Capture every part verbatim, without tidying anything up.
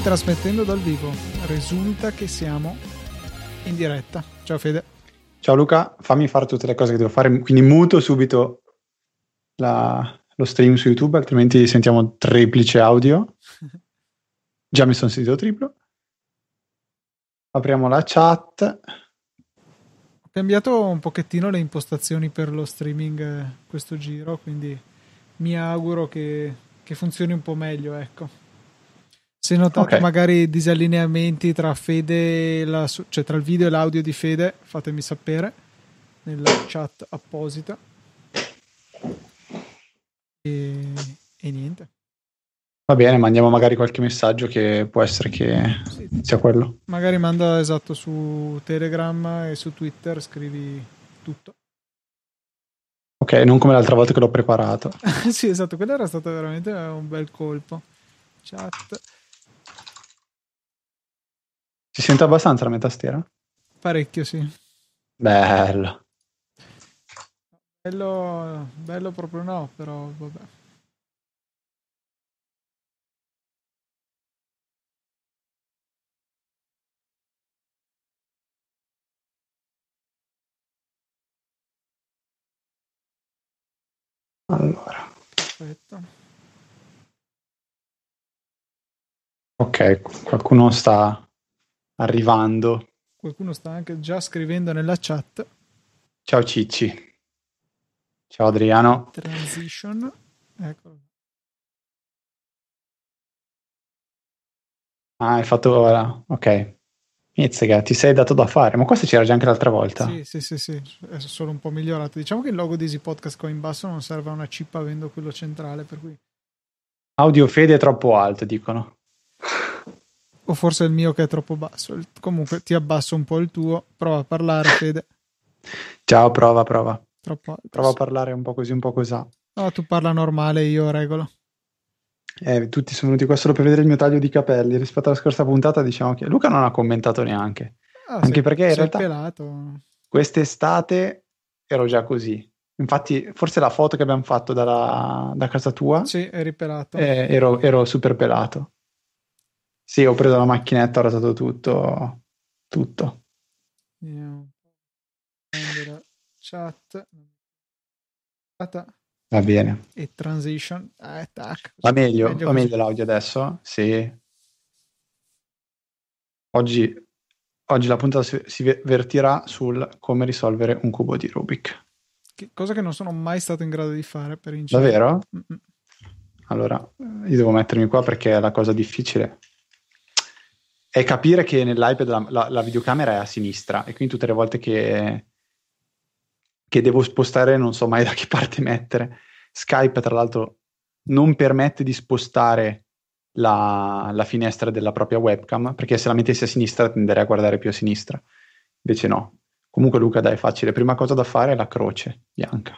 trasmettendo dal vivo. Risulta che siamo in diretta. Ciao Fede. Ciao Luca, fammi fare tutte le cose che devo fare, quindi muto subito la- lo stream su YouTube, altrimenti sentiamo triplice audio. Già mi sono sentito triplo. Apriamo la chat. Ho cambiato un pochettino le impostazioni per lo streaming eh, questo giro, quindi mi auguro che, che funzioni un po' meglio, ecco. Se notate Ok. magari disallineamenti tra Fede, e la, cioè tra il video e l'audio di Fede, fatemi sapere nella chat apposita. E, e niente. Va bene, mandiamo magari qualche messaggio che può essere che Sì, sia quello. magari manda esatto su Telegram e su Twitter, scrivi tutto. Ok, non come l'altra volta che l'ho preparato. Sì, esatto, quello era stato veramente un bel colpo. Chat. Si sente abbastanza la mia tastiera? Parecchio, sì. Bello. Bello, bello proprio no, però vabbè. Allora. Aspetta. Ok, qualcuno sta arrivando. Qualcuno sta anche già scrivendo nella chat. Ciao Cicci. Ciao Adriano. Transition. Eccolo. Ah, hai fatto ora. Ok. Mizzica, ti sei dato da fare. Ma questo c'era già anche l'altra volta. Sì, sì, sì, sì, è solo un po' migliorato. Diciamo che il logo di Easy Podcast qua in basso non serve a una chip avendo quello centrale, per cui... Audio Fede è troppo alto, dicono. O forse è il mio che è troppo basso. Il- Comunque ti abbasso un po' il tuo. Prova a parlare, Fede. Ciao, prova, prova. Troppo alto, Prova a sì. parlare un po' così, un po' così. No, tu parla normale, io regolo. Eh, tutti sono venuti qua solo per vedere il mio taglio di capelli. Rispetto alla scorsa puntata, diciamo che Luca non ha commentato neanche. Ah, sei, Anche perché in sei realtà pelato. quest'estate ero già così. Infatti, forse la foto che abbiamo fatto dalla- da casa tua, Sì, eri pelato. eh, ero, ero super pelato. Sì, ho preso la macchinetta, ho rasato tutto, tutto. Vediamo. Prendo la chat. Va bene. E transition. Eh, tac. Va meglio, Meglio va così. meglio l'audio adesso? Sì. Oggi, oggi la puntata si, si vertirà sul come risolvere un cubo di Rubik. Che- cosa che non sono mai stato in grado di fare, per inciso. Davvero? Mm-mm. Allora, eh, io devo mettermi qua perché la cosa difficile è capire che nell'iPad la, la- la videocamera è a sinistra e quindi tutte le volte che, che devo spostare non so mai da che parte mettere. Skype, tra l'altro, non permette di spostare la, la finestra della propria webcam, perché se la mettessi a sinistra tenderei a guardare più a sinistra. Invece no. Comunque Luca, dai, è facile. Prima cosa da fare è la croce bianca.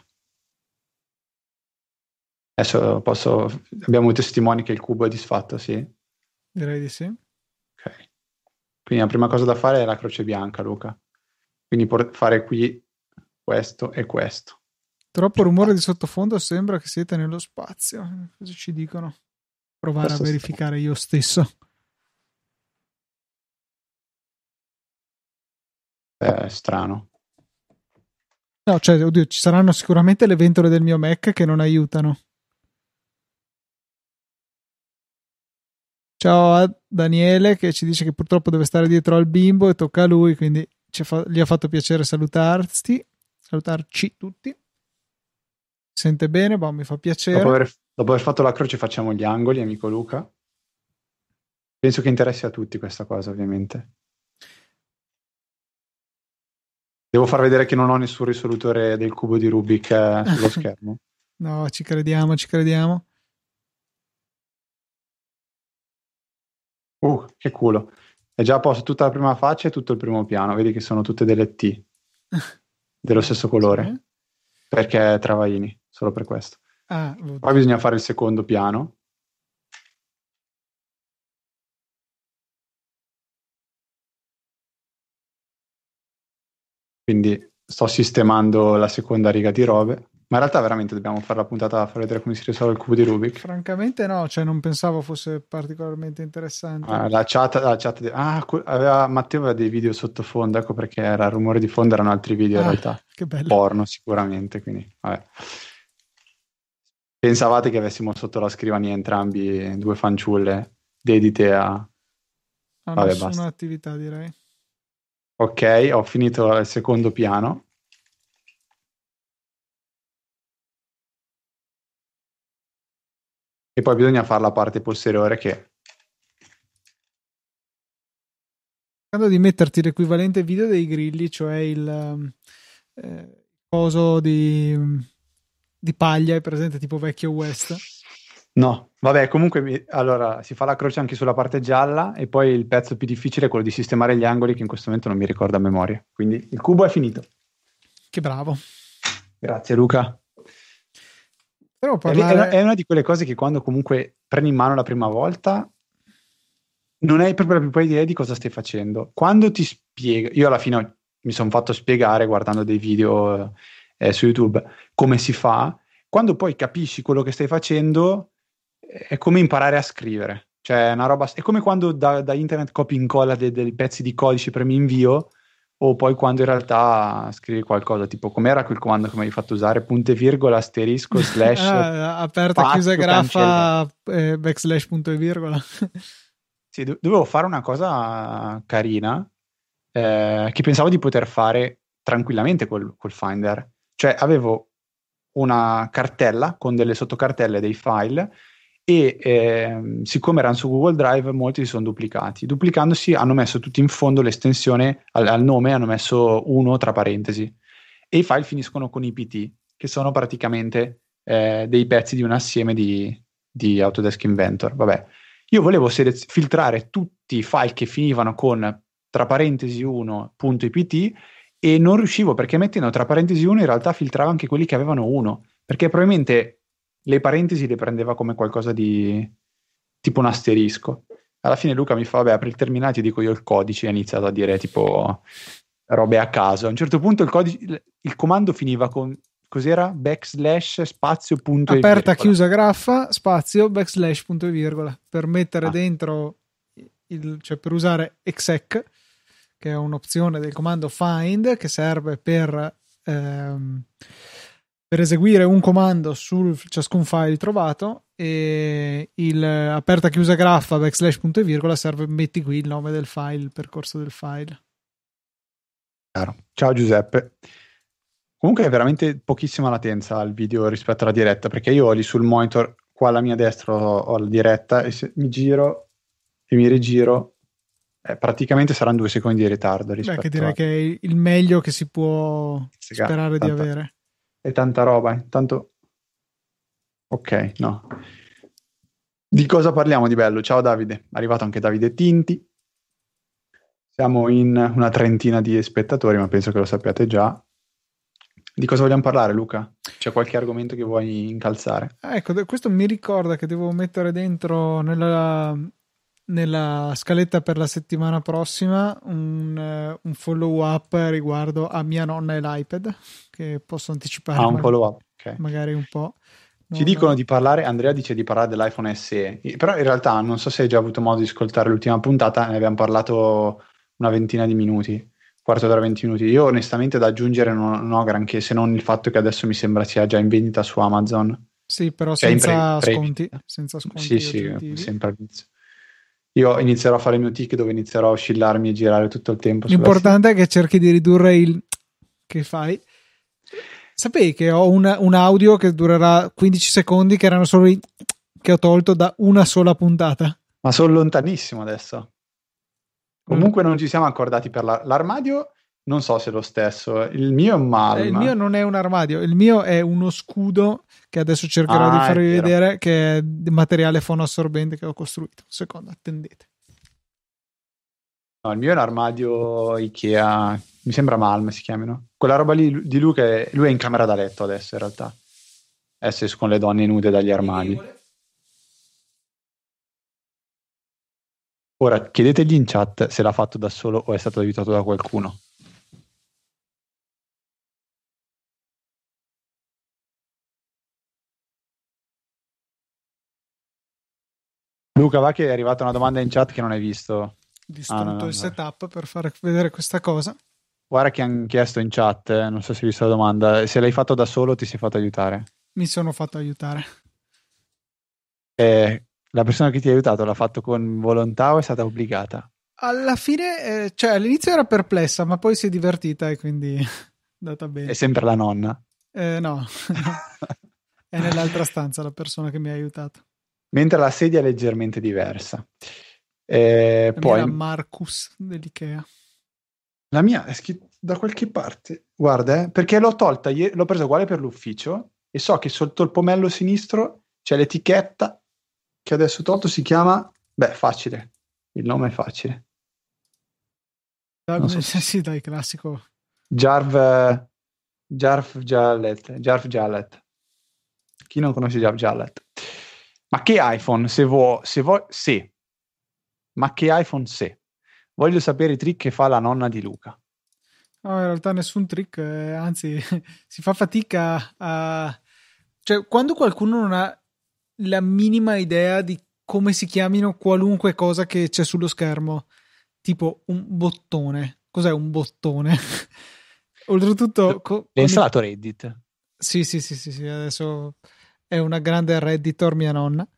Adesso posso... Abbiamo avuto testimoni che il cubo è disfatto, sì? Direi di sì. Ok. Quindi la prima cosa da fare è la croce bianca, Luca. Quindi por- fare qui questo e questo. Troppo rumore di sottofondo, sembra che siete nello spazio. Cosa ci dicono? Provare a Questo sta- verificare io stesso. è strano. No, cioè, oddio, ci saranno sicuramente le ventole del mio Mac che non aiutano. Ciao a Daniele che ci dice che purtroppo deve stare dietro al bimbo e tocca a lui, quindi ci fa- gli ha fatto piacere salutarti, salutarci tutti. Sente bene, boh, mi fa Dopo piacere. aver, dopo aver fatto la croce facciamo gli angoli, amico Luca. Penso che interessi a tutti questa cosa, ovviamente. Devo far vedere che non ho nessun risolutore del cubo di Rubik eh, sullo schermo. No, ci crediamo, ci crediamo. Uh, che culo. È già a posto tutta la prima faccia e tutto il primo piano. Vedi che sono tutte delle T dello stesso Sì. colore. Perché è Travaini, solo per questo. Ah, Poi oddio. bisogna fare il secondo piano. Quindi sto sistemando la seconda riga di robe. Ma in realtà veramente dobbiamo fare la puntata a far vedere come si risolve il cubo di Rubik. Francamente no, cioè non pensavo fosse particolarmente interessante. Ah, la chat, la chat di- ah, que- aveva, Matteo aveva dei video sottofondo, ecco perché era il rumore di fondo, erano altri video in Ah, realtà. che bello. Porno sicuramente, quindi vabbè. Pensavate che avessimo sotto la scrivania entrambi due fanciulle dedite a... No, Vabbè, nessuna basta. attività direi. Ok, ho finito il secondo piano. E poi bisogna fare la parte posteriore che... Cercando di metterti l'equivalente video dei grilli, cioè il um, eh, coso di, di paglia, è presente tipo vecchio West. No, vabbè, comunque mi- allora si fa la croce anche sulla parte gialla e poi il pezzo più difficile è quello di sistemare gli angoli che in questo momento non mi ricordo a memoria. Quindi il cubo è finito. Che bravo. Grazie Luca. Però È, è una, parlare... è una di quelle cose che quando comunque prendi in mano la prima volta non hai proprio la più pallida idea di cosa stai facendo. Quando ti spiega, io alla fine ho- mi sono fatto spiegare guardando dei video eh, su YouTube come si fa, quando poi capisci quello che stai facendo eh, è come imparare a scrivere. Cioè, è una roba, è come quando da, da internet copi e incolla de- dei pezzi di codice premi invio, o poi quando in realtà scrivi qualcosa, tipo com'era quel comando che mi hai fatto usare, punto e virgola, asterisco, slash, ah, aperta, chiusa, spazio, cancella. graffa, eh, backslash, punto e virgola. Sì, do- dovevo fare una cosa carina eh, che pensavo di poter fare tranquillamente col, col Finder. Cioè avevo una cartella con delle sottocartelle dei file e ehm, siccome erano su Google Drive molti si sono duplicati. Duplicandosi hanno messo tutti in fondo l'estensione al, al nome, hanno messo uno tra parentesi e i file finiscono con I P T, che sono praticamente eh, dei pezzi di un assieme di, di Autodesk Inventor. Vabbè, io volevo selez- filtrare tutti i file che finivano con tra parentesi uno.ipt e non riuscivo perché mettendo tra parentesi uno in realtà filtrava anche quelli che avevano uno, perché probabilmente le parentesi le prendeva come qualcosa di tipo un asterisco. Alla fine Luca mi fa, vabbè, apri il terminale, ti dico io il codice, e ha iniziato a dire tipo robe a caso. A un certo punto il, codice, il, il comando finiva con, cos'era? Backslash spazio punto e Aperta, virgola. chiusa, graffa, spazio, backslash, punto e virgola. Per mettere Ah, dentro, il, cioè per usare exec, che è un'opzione del comando find, che serve per... Ehm, per eseguire un comando su ciascun file trovato e il aperta chiusa graffa backslash punto e virgola serve metti qui il nome del file, il percorso del file. chiaro. Ciao Giuseppe. Comunque è veramente pochissima latenza il video rispetto alla diretta, perché io ho lì sul monitor, qua alla mia destra ho, ho la diretta e se mi giro e mi rigiro, eh, praticamente saranno due secondi di ritardo Beh, che rispetto direi a... che è il meglio che si può Sega, sperare di tanta, avere. è tanta roba, intanto... Ok, no. Di cosa parliamo di bello? Ciao Davide, è arrivato anche Davide Tinti. Siamo in una trentina di spettatori, ma penso che lo sappiate già. Di cosa vogliamo parlare, Luca? C'è qualche argomento che vuoi incalzare? Ah, ecco, questo mi ricorda che devo mettere dentro nella, nella scaletta per la settimana prossima un, eh, un follow up riguardo a mia nonna e l'iPad, che posso anticipare Ah, un mag- follow-up, ok. magari un po'. Ci Non... dicono di parlare, Andrea dice di parlare dell'iPhone S E, però in realtà non so se hai già avuto modo di ascoltare l'ultima puntata, ne abbiamo parlato una ventina di minuti, quarto d'ora, venti minuti. Io onestamente da aggiungere non, non ho granché, se non il fatto che adesso mi sembra sia già in vendita su Amazon, Sì, però cioè in pre- senza sconti, pre-vendita. senza Sì, sconti sì, aggiuntivi. sempre all'inizio. Io inizierò a fare il mio tic dove inizierò a oscillarmi e girare tutto il tempo sulla schermo. L'importante è che cerchi di ridurre il che fai. Sapevi che ho un, un audio che durerà quindici secondi, che erano solo i che ho tolto da una sola puntata? Ma sono lontanissimo adesso. Mm. Comunque non ci siamo accordati per la- l'armadio, non so se è lo stesso. Il mio è un Eh, il mio Malm. non è un armadio, il mio è uno scudo che adesso cercherò di Ah, è farvi vero. vedere, che è di materiale fonoassorbente che ho costruito. Un secondo, attendete. No, il mio è un armadio Ikea, mi sembra Malm si chiamino. Quella roba lì di lui che lui è in camera da letto adesso in realtà. Adesso escono le donne nude dagli armadi. Ora chiedetegli in chat se l'ha fatto da solo o è stato aiutato da qualcuno. Luca, va che è arrivata una domanda in chat che non hai visto. Distrutto Ah, no, no, il no. setup per fare vedere questa cosa. Guarda che hanno chiesto in chat, eh, non so se hai visto la domanda, se l'hai fatto da solo o ti sei fatto aiutare. Mi sono fatto aiutare. Eh, la persona che ti ha aiutato l'ha fatto con volontà o è stata obbligata? Alla fine, eh, cioè all'inizio era perplessa, ma poi si è divertita e quindi è andata È bene. sempre la nonna. Eh, no, no, è nell'altra stanza la persona che mi ha aiutato. Mentre la sedia è leggermente diversa. Eh, La mia poi era Marcus dell'Ikea. la mia è scritta da qualche parte. Guarda, eh, perché l'ho tolta, ieri- l'ho presa uguale per l'ufficio e so che sotto il pomello sinistro c'è l'etichetta che adesso ho tolto, si chiama, beh, facile. Il nome è facile. Non so se- Sì, dai, classico. Jarv, Jarv Jallet, Jarv Jallet. Chi non conosce Jarv Jallet? Ma che iPhone, se vuoi, se vuoi, se. Ma che iPhone, se. Voglio sapere i trick che fa la nonna di Luca. No, in realtà nessun trick, eh, anzi, si fa fatica a... Cioè, quando qualcuno non ha la minima idea di come si chiamino qualunque cosa che c'è sullo schermo, tipo un bottone. Cos'è un bottone? Oltretutto, co- L'hai con i- installato Reddit? sì, sì, sì, sì, sì, adesso è una grande redditor mia nonna.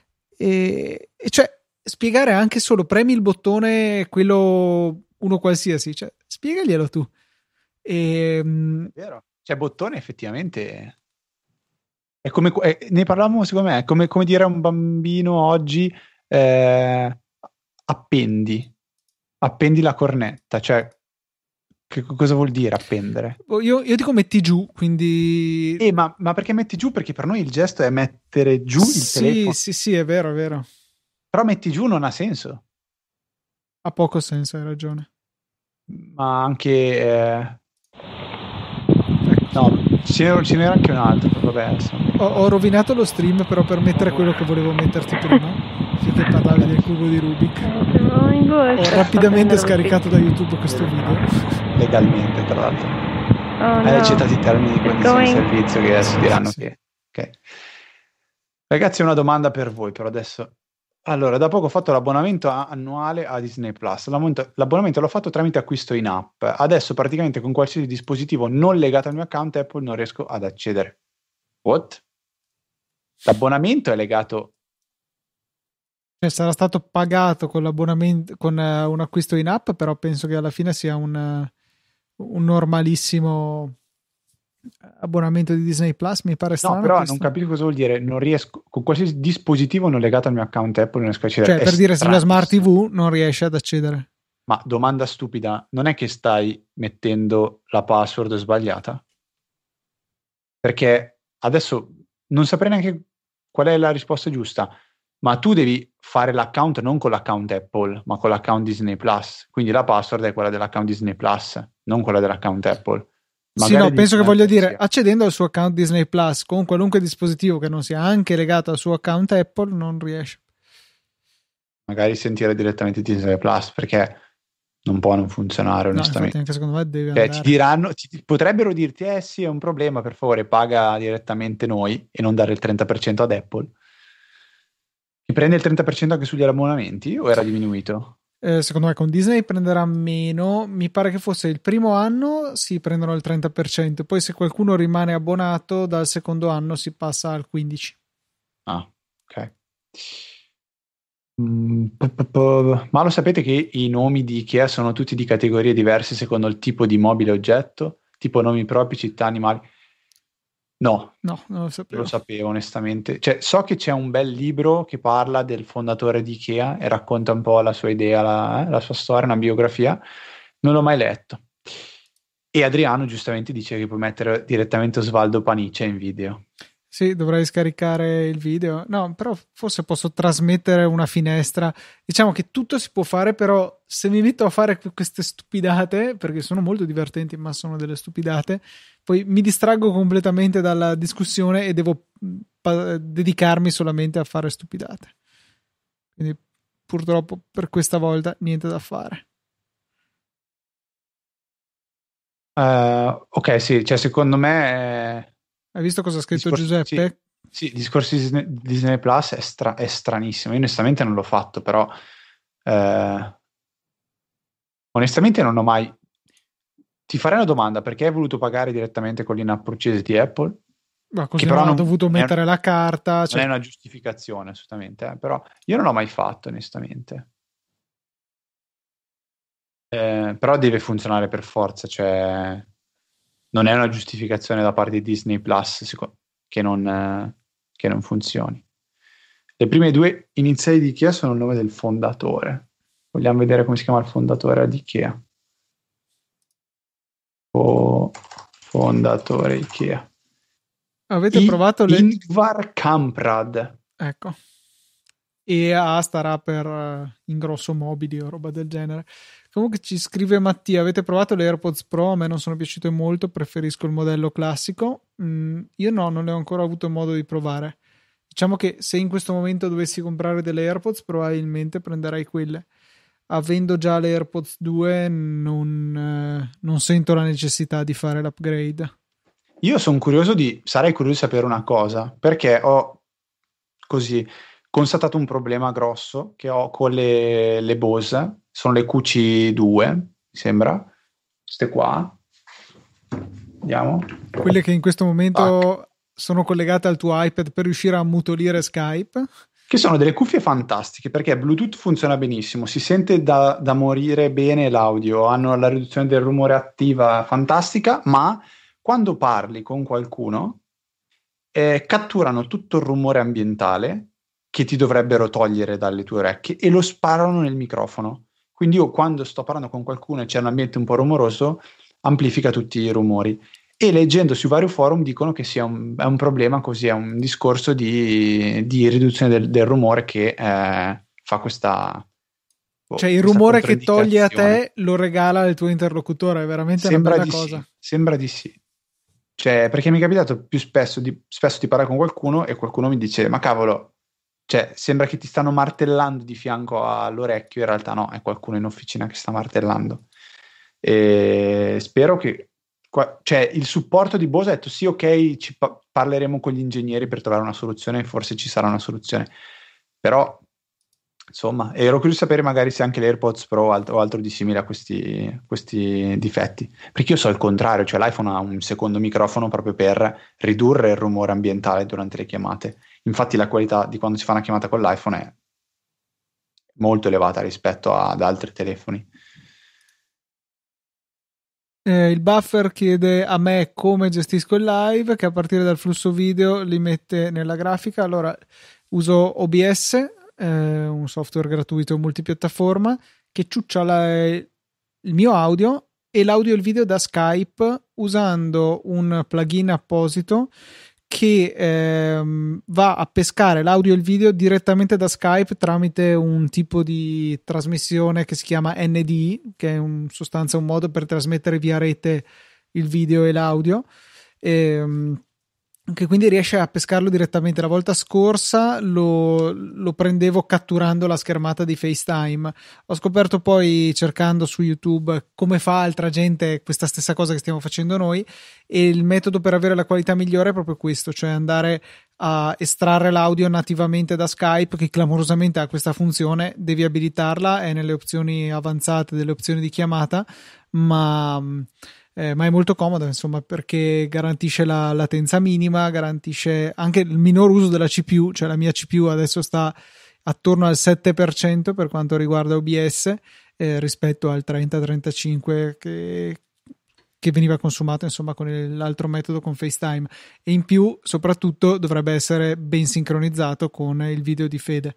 E, e cioè, spiegare anche solo premi il bottone, quello uno qualsiasi, cioè, spiegaglielo tu. E, mm, Vero? Cioè, bottone effettivamente è come, è- ne parlavamo secondo me, è come, come dire a un bambino oggi eh, appendi, appendi la cornetta, cioè che cosa vuol dire appendere? boh, io, io dico metti giù, quindi Eh, ma, ma perché metti giù? Perché per noi il gesto è mettere giù il sì, telefono, sì, sì, è vero, è vero. però metti giù non ha senso, Ha poco senso, hai ragione. ma anche... eh, Ecco. no, ce n'era, ce n'era anche un altro, vabbè, adesso non mi Ho, ho ricordo. rovinato lo stream però per mettere quello che volevo metterti prima, finché parlavi del cubo di Rubik. Ho rapidamente scaricato da YouTube questo video. Legalmente, tra l'altro. Oh, Hai no. accettato i termini di It's condizioni di going- servizio che adesso Sì, diranno sì, sì. che... ok. Ragazzi, una domanda per voi, però adesso... Allora, da poco ho fatto l'abbonamento a- annuale a Disney Plus. L'abbonamento, l'abbonamento l'ho fatto tramite acquisto in app. Adesso praticamente con qualsiasi dispositivo non legato al mio account Apple non riesco ad accedere. What? L'abbonamento è legato... Cioè, sarà stato pagato con l'abbonamento, con eh, un acquisto in app, però penso che alla fine sia un, eh, un normalissimo abbonamento di Disney Plus. Mi pare No, strano però non questo. capisco cosa vuol dire. Non riesco... Con qualsiasi dispositivo non legato al mio account Apple non riesco ad accedere. Cioè, È per dire, sulla Smart stranissimo. T V non riesce ad accedere. Ma domanda stupida, non è che stai mettendo la password sbagliata? Perché adesso non saprei neanche qual è la risposta giusta, ma tu devi fare l'account non con l'account Apple, ma con l'account Disney Plus. Quindi la password è quella dell'account Disney Plus, non quella dell'account Apple. Sì, Magari no, a penso che voglia differenza che dire, sia. accedendo al suo account Disney Plus con qualunque dispositivo che non sia anche legato al suo account Apple, non riesce. Magari sentire direttamente Disney Plus, perché non può non funzionare, No, infatti onestamente. anche secondo me deve Cioè, ti andare. diranno, ti- potrebbero dirti, eh sì, è un problema, per favore, paga direttamente noi e non dare il trenta per cento ad Apple. Ti prende il trenta per cento anche sugli abbonamenti o era diminuito? Eh, secondo me con Disney prenderà meno. Mi pare che fosse il primo anno si prendono il trenta per cento, poi se qualcuno rimane abbonato dal secondo anno si passa al quindici per cento. Ah, ok. Mm, p- p- p- ma lo sapete che i nomi di IKEA sono tutti di categorie diverse secondo il tipo di mobile oggetto? Tipo nomi propri, città, animali? No, No, non lo non lo sapevo. sapevo onestamente. Cioè, so che c'è un bel libro che parla del fondatore di IKEA e racconta un po' la sua idea, la, eh, la sua storia, una biografia. Non l'ho mai letto. E Adriano giustamente dice che puoi mettere direttamente Osvaldo Panice in video. Sì, dovrei scaricare il video. No, però forse posso trasmettere una finestra. Diciamo che tutto si può fare, però se mi metto a fare queste stupidate, perché sono molto divertenti, ma sono delle stupidate, poi mi distraggo completamente dalla discussione e devo mh, pa- dedicarmi solamente a fare stupidate. Quindi purtroppo per questa volta niente da fare. Eh, ok, sì, cioè secondo me... eh, Hai visto cosa ha scritto dispos- sì, Giuseppe? Sì, il discorso di Disney, Disney Plus è, stra- è stranissimo. Io onestamente non l'ho fatto, però eh, onestamente non ho mai... Ti farei una domanda, perché hai voluto pagare direttamente con l'in-app purchase di Apple? Ma Che così però non ha non, dovuto non è, mettere la carta, non è cioè, una giustificazione, assolutamente, eh, però io non l'ho mai fatto, onestamente. Eh, però deve funzionare per forza, cioè non è una giustificazione da parte di Disney Plus seco- che non, eh, che non funzioni. Le prime due iniziali di Ikea sono il nome del fondatore. Vogliamo vedere come si chiama il fondatore di Ikea. O fondatore Ikea. avete I provato le... Ingvar Kamprad. Ecco. E A starà per eh, ingrosso mobili o roba del genere. Comunque ci scrive Mattia, avete provato le AirPods Pro? A me non sono piaciute molto, preferisco il modello classico. Mm, io no, non ne ho ancora avuto modo di provare. Diciamo che se in questo momento dovessi comprare delle AirPods, probabilmente prenderei quelle. Avendo già le AirPods due, non, eh, non sento la necessità di fare l'upgrade. Io sono curioso di, sarei curioso di sapere una cosa, perché ho così constatato un problema grosso che ho con le, le Bose, sono le Q C due, mi sembra, queste qua. Vediamo. Quelle che in questo Tac. momento sono collegate al tuo iPad per riuscire a mutolire Skype. Che sono delle cuffie fantastiche perché Bluetooth funziona benissimo, si sente da, da morire bene l'audio, hanno la riduzione del rumore attiva fantastica, ma quando parli con qualcuno eh, catturano tutto il rumore ambientale che ti dovrebbero togliere dalle tue orecchie e lo sparano nel microfono. Quindi io quando sto parlando con qualcuno e c'è un ambiente un po' rumoroso, amplifica tutti i rumori. E leggendo su vari forum dicono che sia un, è un problema, così è un discorso di, di riduzione del, del rumore che eh, fa questa, Cioè boh, il questa rumore che toglie a controindicazione. te lo regala al tuo interlocutore, è veramente una Sembra bella di cosa. sì, sembra di sì. Cioè, perché mi è capitato più spesso di, spesso di parlare con qualcuno e qualcuno mi dice, ma cavolo, cioè, sembra che ti stanno martellando di fianco all'orecchio, in realtà no, è qualcuno in officina che sta martellando. E spero che, qua- cioè, il supporto di Bose ha detto sì, ok, ci pa- parleremo con gli ingegneri per trovare una soluzione, forse ci sarà una soluzione. Però, insomma, ero curioso di sapere magari se anche l'AirPods Pro o altro, o altro di simile ha questi, questi difetti. Perché io so il contrario, cioè l'iPhone ha un secondo microfono proprio per ridurre il rumore ambientale durante le chiamate. Infatti la qualità di quando si fa una chiamata con l'iPhone è molto elevata rispetto ad altri telefoni. Eh, il buffer chiede a me come gestisco il live, che a partire dal flusso video li mette nella grafica. Allora, uso O B S, eh, un software gratuito multipiattaforma, che ciuccia la- il mio audio e l'audio e il video da Skype usando un plugin apposito che ehm, va a pescare l'audio e il video direttamente da Skype tramite un tipo di trasmissione che si chiama N D, che è in sostanza un modo per trasmettere via rete il video e l'audio. Ehm, che quindi riesce a pescarlo direttamente. La volta scorsa lo, lo prendevo catturando la schermata di FaceTime. Ho scoperto poi, cercando su YouTube, come fa altra gente questa stessa cosa che stiamo facendo noi, e il metodo per avere la qualità migliore è proprio questo, cioè andare a estrarre l'audio nativamente da Skype, che clamorosamente ha questa funzione. Devi abilitarla, è nelle opzioni avanzate delle opzioni di chiamata, ma eh, ma è molto comoda, insomma, perché garantisce la latenza minima, garantisce anche il minor uso della C P U, cioè la mia C P U adesso sta attorno al sette per cento per quanto riguarda O B S, eh, rispetto al trenta trentacinque che, che veniva consumato, insomma, con l'altro metodo, con FaceTime. E in più, soprattutto, dovrebbe essere ben sincronizzato con il video di Fede.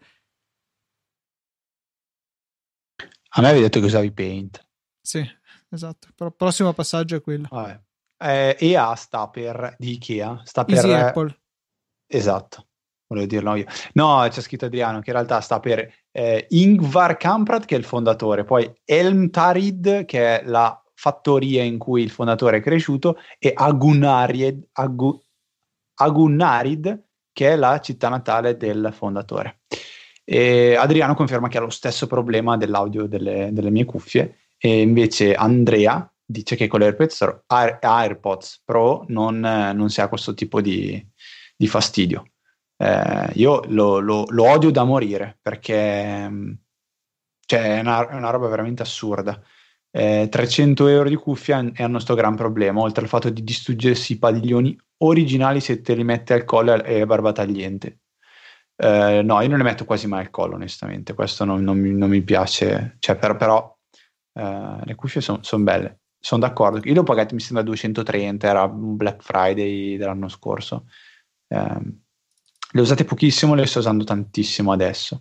A me avevi detto che usavi Paint. Sì, esatto. Però il prossimo passaggio è quello. Vabbè. Eh, E A sta per, di Ikea, sta per... Easy Apple. Esatto, volevo dirlo io. No, c'è scritto Adriano che in realtà sta per eh, Ingvar Kamprad, che è il fondatore, poi Elmtarid, che è la fattoria in cui il fondatore è cresciuto, e Agunarid, Agu, Agunarid, che è la città natale del fondatore. E Adriano conferma che ha lo stesso problema dell'audio delle, delle mie cuffie, e invece Andrea dice che con le AirPods, AirPods Pro non, non si ha questo tipo di, di fastidio. Eh, io lo, lo- lo odio da morire perché mh, cioè, è una, è una roba veramente assurda. Eh, trecento euro di cuffia e hanno sto gran problema, oltre al fatto di distruggersi i padiglioni originali se te li metti al collo e barba tagliente. Eh, no, io non le metto quasi mai al collo, onestamente, questo non, non mi, non mi piace, cioè, per- però eh, le cuffie sono belle, sono d'accordo. Io le ho pagate, mi sembra duecentotrenta, era un Black Friday dell'anno scorso. Eh, le ho usate pochissimo, le sto usando tantissimo adesso.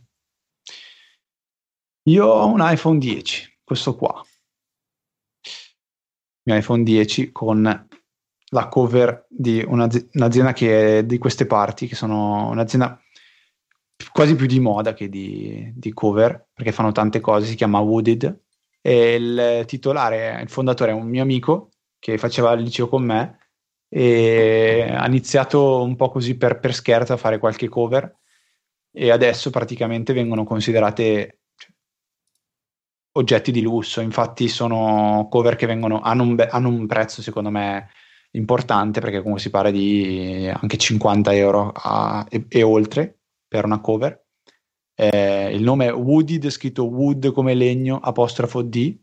Io ho un iPhone dieci, questo qua. Mio iPhone dieci con la cover di un'azi- un'azienda che è di queste parti, che sono un'azienda quasi più di moda che di, di cover, perché fanno tante cose, si chiama Wooded, e il titolare, il fondatore è un mio amico che faceva il liceo con me e ha iniziato un po' così per, per scherzo a fare qualche cover e adesso praticamente vengono considerate oggetti di lusso, infatti sono cover che vengono, hanno un, be- hanno un prezzo secondo me importante perché comunque si parla di anche cinquanta euro a- e, e oltre per una cover. Eh, il nome è Wooded, scritto Wood come legno, apostrofo D,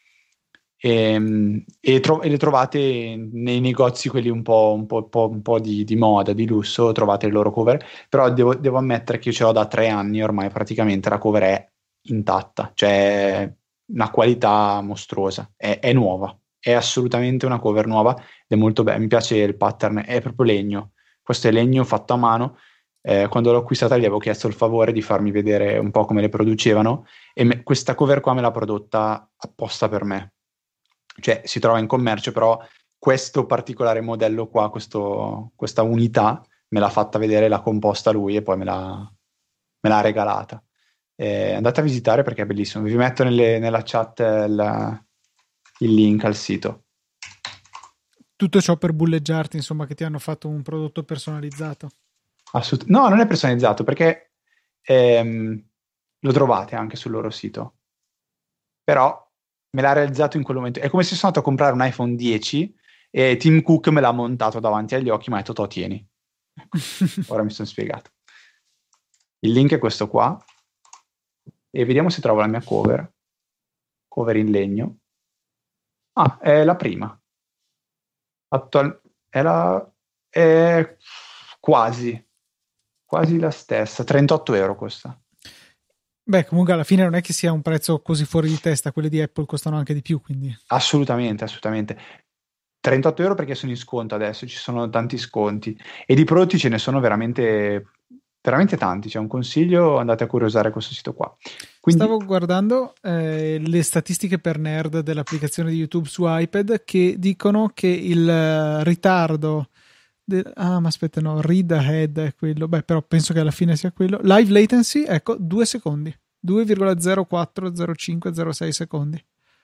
e, e tro- e le trovate nei negozi quelli un po', un po', un po', un po' di, di moda, di lusso, trovate le loro cover, però devo, devo ammettere che io ce l'ho da tre anni ormai, praticamente la cover è intatta, cioè una qualità mostruosa, è, è nuova, è assolutamente una cover nuova ed è molto bella, mi piace il pattern, è proprio legno, questo è legno fatto a mano. Eh, quando l'ho acquistata gli avevo chiesto il favore di farmi vedere un po' come le producevano e me- questa cover qua me l'ha prodotta apposta per me, cioè si trova in commercio, però questo particolare modello qua, questo- questa unità me l'ha fatta vedere, l'ha composta lui e poi me l'ha me l'ha regalata. Eh, andate a visitare perché è bellissimo. Vi metto nelle- nella chat il, il link al sito. Tutto ciò per bulleggiarti, insomma, che ti hanno fatto un prodotto personalizzato. Assolut- no, non è personalizzato perché ehm, lo trovate anche sul loro sito, però me l'ha realizzato in quel momento. È come se sono andato a comprare un iPhone dieci e Tim Cook me l'ha montato davanti agli occhi, mi ha detto, "Toh, tieni." Ecco, ora mi sono spiegato. Il link è questo qua e vediamo se trovo la mia cover. Cover in legno. Ah, è la prima. Attual- è la... è quasi, quasi la stessa. trentotto euro costa. Beh, comunque alla fine non è che sia un prezzo così fuori di testa, quelli di Apple costano anche di più, quindi Assolutamente, assolutamente. trentotto euro perché sono in sconto adesso, ci sono tanti sconti e di prodotti ce ne sono veramente, veramente tanti. C'è un consiglio, andate a curiosare questo sito qua. Quindi, stavo guardando eh, le statistiche per nerd dell'applicazione di YouTube su iPad che dicono che il eh, ritardo de- ah, ma aspetta, no, read ahead è quello. Beh, però penso che alla fine sia quello. Live latency, ecco, due secondi. due virgola zero quattro zero cinque zero sei secondi.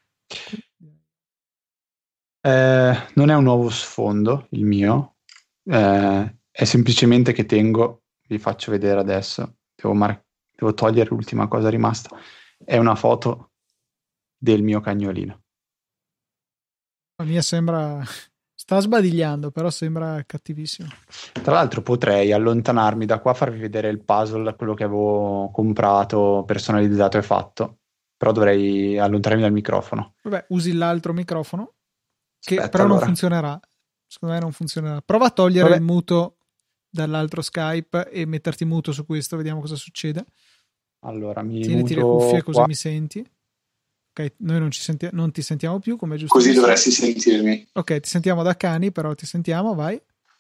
eh, non è un nuovo sfondo il mio, eh, è semplicemente che tengo, vi faccio vedere adesso, devo, mar- devo togliere l'ultima cosa rimasta, è una foto del mio cagnolino. La mia sembra sta sbadigliando, però sembra cattivissimo. Tra l'altro potrei allontanarmi da qua, farvi vedere il puzzle, quello che avevo comprato, personalizzato e fatto, però dovrei allontanarmi dal microfono. Vabbè, usi l'altro microfono che Aspetta però non allora. funzionerà. Secondo me non funzionerà. Prova a togliere il Vabbè, muto dall'altro Skype e metterti muto su questo, vediamo cosa succede. allora mi Tieniti le cuffie muto così qua. mi senti. Ok, noi non, ci senti- non ti sentiamo più come è giusto. Così che sia. dovresti sentirmi. Ok, ti sentiamo da cani, però ti sentiamo, vai.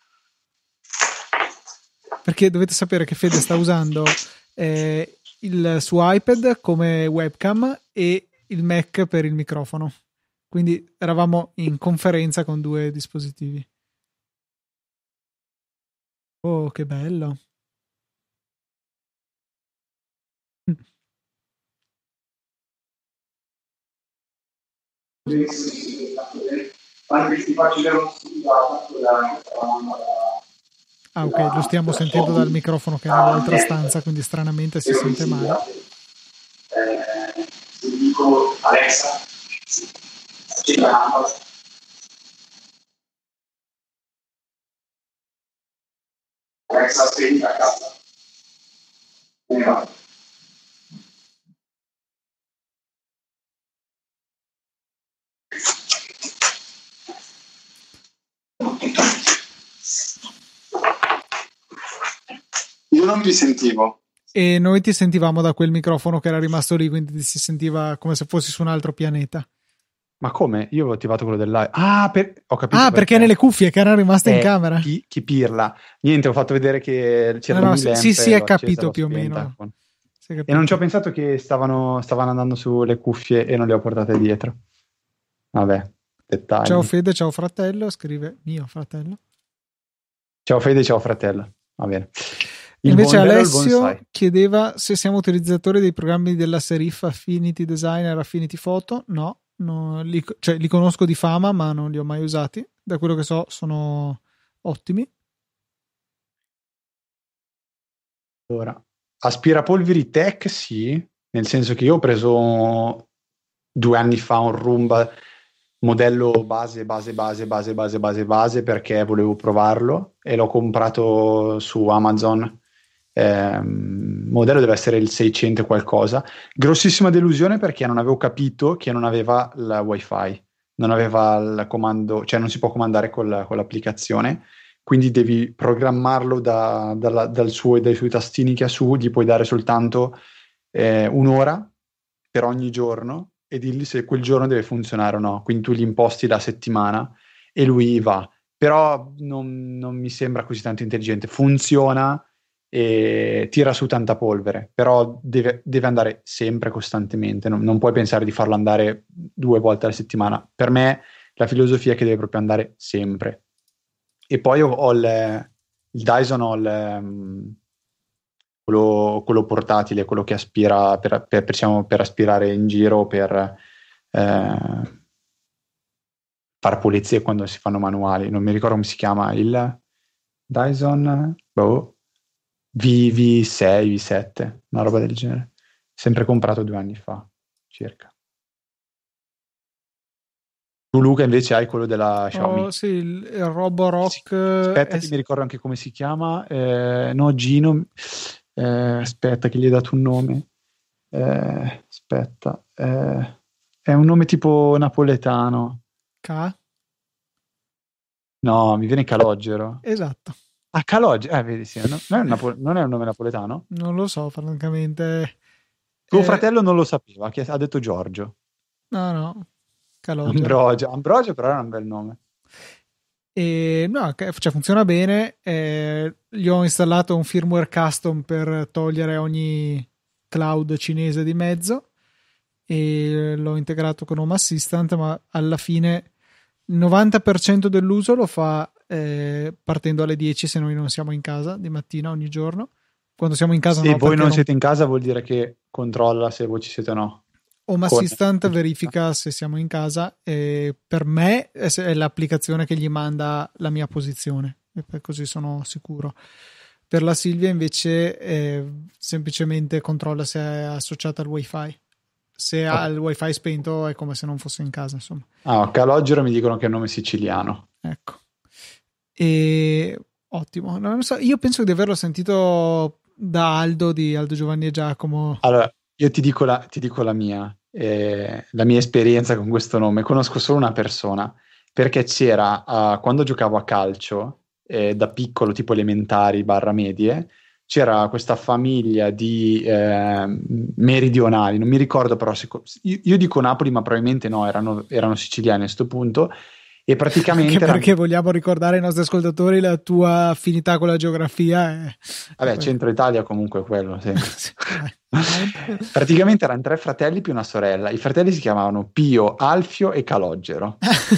Perché dovete sapere che Fede sta usando eh, il suo iPad come webcam e il Mac per il microfono. Quindi eravamo in conferenza con due dispositivi. Oh, che bello. Ah, ok, lo stiamo sentendo dal microfono che è nell'altra stanza, quindi stranamente si sente male. Eh, dico Alexa, accendiamo. extra spedita a casa. Una. Io non vi sentivo. E noi ti sentivamo da quel microfono che era rimasto lì, quindi ti si sentiva come se fossi su un altro pianeta. Ma come? Io avevo attivato quello del live. Ah, per... ho capito. Ah, perché, perché nelle cuffie che erano rimaste eh, in camera. Chi, chi pirla. Niente, ho fatto vedere che c'erano no, no, mille amp. Sì, sì, è accesa, capito più o meno. Con... E non ci ho pensato che stavano, stavano andando sulle cuffie e non le ho portate dietro. Vabbè, dettagli. Ciao Fede, ciao fratello, scrive mio fratello. Ciao Fede, ciao fratello. Va bene. Il Invece Alessio chiedeva se siamo utilizzatori dei programmi della Serif Affinity Designer, Affinity Photo. No, no li, cioè, li conosco di fama, ma non li ho mai usati. Da quello che so sono ottimi. Allora, aspirapolveri tech sì, nel senso che io ho preso due anni fa un Roomba modello base, base, base, base, base, base, base, perché volevo provarlo e l'ho comprato su Amazon. Eh, modello deve essere il seicento e qualcosa. Grossissima delusione perché non avevo capito che non aveva il wifi, non aveva il comando, cioè non si può comandare col, con l'applicazione, quindi devi programmarlo da, dalla, dal suo, dai suoi tastini che ha su, gli puoi dare soltanto eh, un'ora per ogni giorno e dirgli se quel giorno deve funzionare o no, quindi tu gli imposti la settimana e lui va, però non, non mi sembra così tanto intelligente, funziona e tira su tanta polvere, però deve, deve andare sempre costantemente, non, non puoi pensare di farlo andare due volte alla settimana. Per me la filosofia è che deve proprio andare sempre. E poi ho, ho il, il Dyson, ho il, um, quello, quello portatile, quello che aspira per, per, diciamo, per aspirare in giro, per eh, fare pulizie quando si fanno manuali. Non mi ricordo come si chiama, il Dyson boh, V, V sei, V sette, una roba del genere. Sempre comprato due anni fa, circa. Tu Luca invece hai quello della Xiaomi. Oh, sì, il, il Roborock. Sì, aspetta è... che mi ricordo anche come si chiama. Eh, no, Gino. Eh, aspetta che gli hai dato un nome. Eh, aspetta. Eh, è un nome tipo napoletano. K? No, mi viene Calogero. Esatto. Ah, Calogero. Eh, vedi, sì. Non è, un Napo- non è un nome napoletano? Non lo so, francamente. Tuo eh... fratello non lo sapeva, che ha detto Giorgio. No, no. Calogero. Ambrogio. Ambrogio però era un bel nome. E no, cioè funziona bene. Eh, gli ho installato un firmware custom per togliere ogni cloud cinese di mezzo e l'ho integrato con Home Assistant, ma alla fine il novanta per cento dell'uso lo fa eh, partendo alle dieci se noi non siamo in casa di mattina ogni giorno. Quando siamo in casa se no, voi non non... siete in casa vuol dire che controlla se voi ci siete o no. Home Con... Assistant verifica se siamo in casa e per me è l'applicazione che gli manda la mia posizione e così sono sicuro. Per la Silvia invece eh, semplicemente controlla se è associata al wifi. Se oh. ha il wifi spento è come se non fosse in casa, insomma. Ah, Calogero mi dicono che è un nome siciliano. Ecco. E ottimo. Non so, io penso di averlo sentito da Aldo di Aldo Giovanni e Giacomo. Allora, io ti dico la, ti dico la mia, eh, la mia esperienza con questo nome. Conosco solo una persona, perché c'era, uh, quando giocavo a calcio, eh, da piccolo, tipo elementari barra medie, c'era questa famiglia di eh, meridionali, non mi ricordo però, se, io, io dico Napoli, ma probabilmente no, erano, erano siciliani a questo punto, e praticamente... Anche perché erano... vogliamo ricordare ai nostri ascoltatori la tua affinità con la geografia. È... Vabbè, centro Italia comunque è quello, sì. Praticamente erano tre fratelli più una sorella. I fratelli si chiamavano Pio, Alfio e Calogero.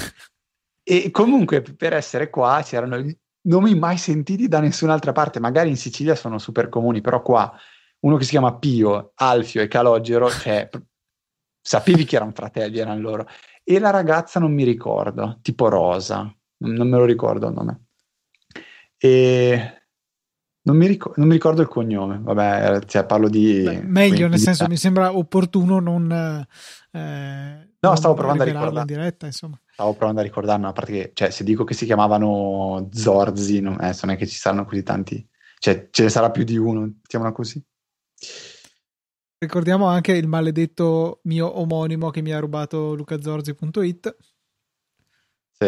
E comunque per essere qua c'erano nomi mai sentiti da nessun'altra parte. Magari in Sicilia sono super comuni, però qua uno che si chiama Pio, Alfio e Calogero, cioè sapevi che erano fratelli, erano loro. E la ragazza non mi ricordo, tipo Rosa, non me lo ricordo il nome. E... Non mi, ricordo, non mi ricordo il cognome, vabbè, cioè, parlo di... Beh, meglio, nel senso, mi sembra opportuno non... Eh, no, non stavo provando a ricordarlo. In diretta, insomma. Stavo provando a ricordarlo, a parte che, cioè, se dico che si chiamavano Zorzi, non, eh, non è che ci saranno così tanti... cioè, ce ne sarà più di uno, mettiamola così. Ricordiamo anche il maledetto mio omonimo che mi ha rubato lucazorzi punto it. Sì.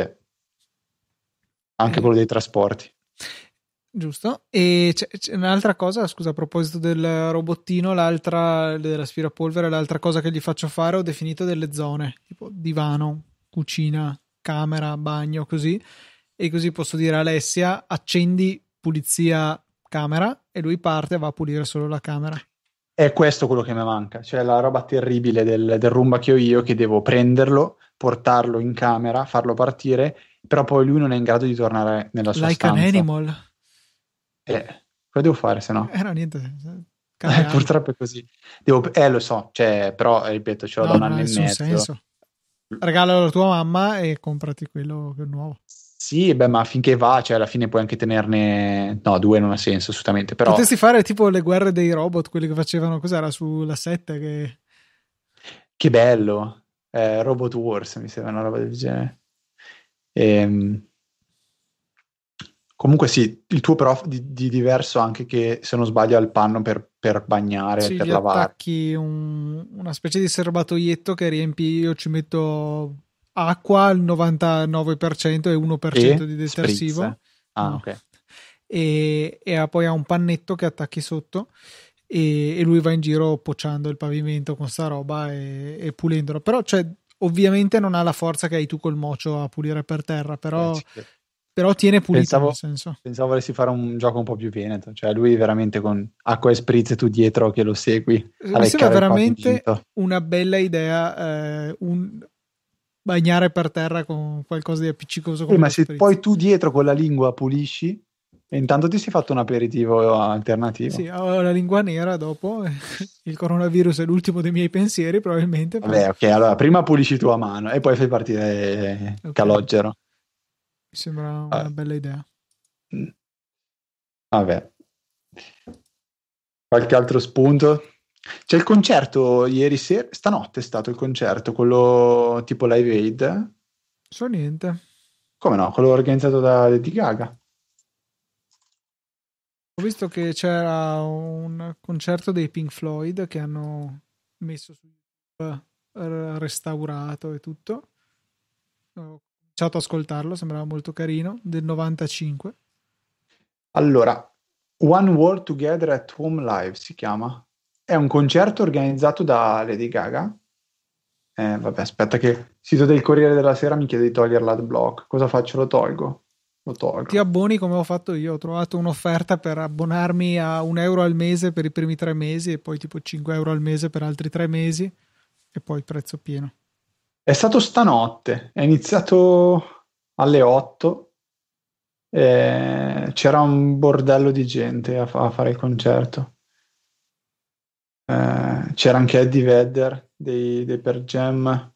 Anche e... quello dei trasporti. Giusto. E c'è, c'è un'altra cosa, scusa, a proposito del robottino, l'altra dell'aspirapolvere, l'altra cosa che gli faccio fare, ho definito delle zone, tipo divano, cucina, camera, bagno, così. E così posso dire a Alessia, accendi pulizia camera, e lui parte e va a pulire solo la camera. È questo quello che mi manca, cioè la roba terribile del, del Roomba che ho io, che devo prenderlo, portarlo in camera, farlo partire, però poi lui non è in grado di tornare nella sua Like an stanza. animal. Eh, cosa devo fare se no? Era niente. Eh, purtroppo è così. Devo, eh, lo so, cioè, però, ripeto, ce l'ho no, da un non anno ha e nessun mezzo. senso. Regalalo alla tua mamma e comprati quello che è nuovo. Sì, beh, ma finché va, cioè, alla fine puoi anche tenerne... No, due non ha senso, assolutamente, però... Potresti fare tipo le guerre dei robot, quelli che facevano, cos'era, sulla sette che... Che bello! Eh, Robot Wars, mi sembra una roba del genere. Ehm... Comunque sì, il tuo però di, di diverso anche che se non sbaglio ha il panno per, per bagnare, Sì, per gli lavare. attacchi un, una specie di serbatoietto che riempi, io ci metto acqua al novantanove per cento e uno per cento E di detersivo. spritz. Ah, No. ok. E, e poi ha un pannetto che attacchi sotto e, e lui va in giro pocciando il pavimento con sta roba e, e pulendolo. Però cioè, ovviamente non ha la forza che hai tu col mocio a pulire per terra, però... Beh, però tiene pulito, pensavo, nel senso. pensavo volessi fare un gioco un po' più veneto, cioè lui veramente con acqua e spritz e tu dietro che lo segui a Mi sembra leccare il veramente pavimento. una bella idea, eh, un... bagnare per terra con qualcosa di appiccicoso come Eh, ma lo se spritz. poi tu dietro con la lingua pulisci e intanto ti sei fatto un aperitivo alternativo. Sì, ho la lingua nera dopo, il coronavirus è l'ultimo dei miei pensieri probabilmente. Però... Vabbè, ok, allora prima pulisci tu a mano e poi fai partire okay. Calogero. Mi sembra una Vabbè. bella idea. Vabbè. Qualche altro spunto? C'è il concerto ieri sera, stanotte è stato il concerto, quello tipo Live Aid. So niente. Come no? Quello organizzato da Lady Gaga. Ho visto che c'era un concerto dei Pink Floyd che hanno messo su YouTube, restaurato e tutto. Ho cominciato ad ascoltarlo, sembrava molto carino, del novantacinque. Allora, One World Together at Home Live si chiama. È un concerto organizzato da Lady Gaga. Eh, vabbè, aspetta che il sito del Corriere della Sera mi chiede di togliere l'adblock. Cosa faccio? Lo tolgo? Lo tolgo. Ti abboni come ho fatto io, ho trovato un'offerta per abbonarmi a un euro al mese per i primi tre mesi e poi tipo cinque euro al mese per altri tre mesi e poi prezzo pieno. È stato stanotte, è iniziato alle otto, eh, c'era un bordello di gente a, fa- a fare il concerto. Eh, c'era anche Eddie Vedder dei, dei Pearl Jam.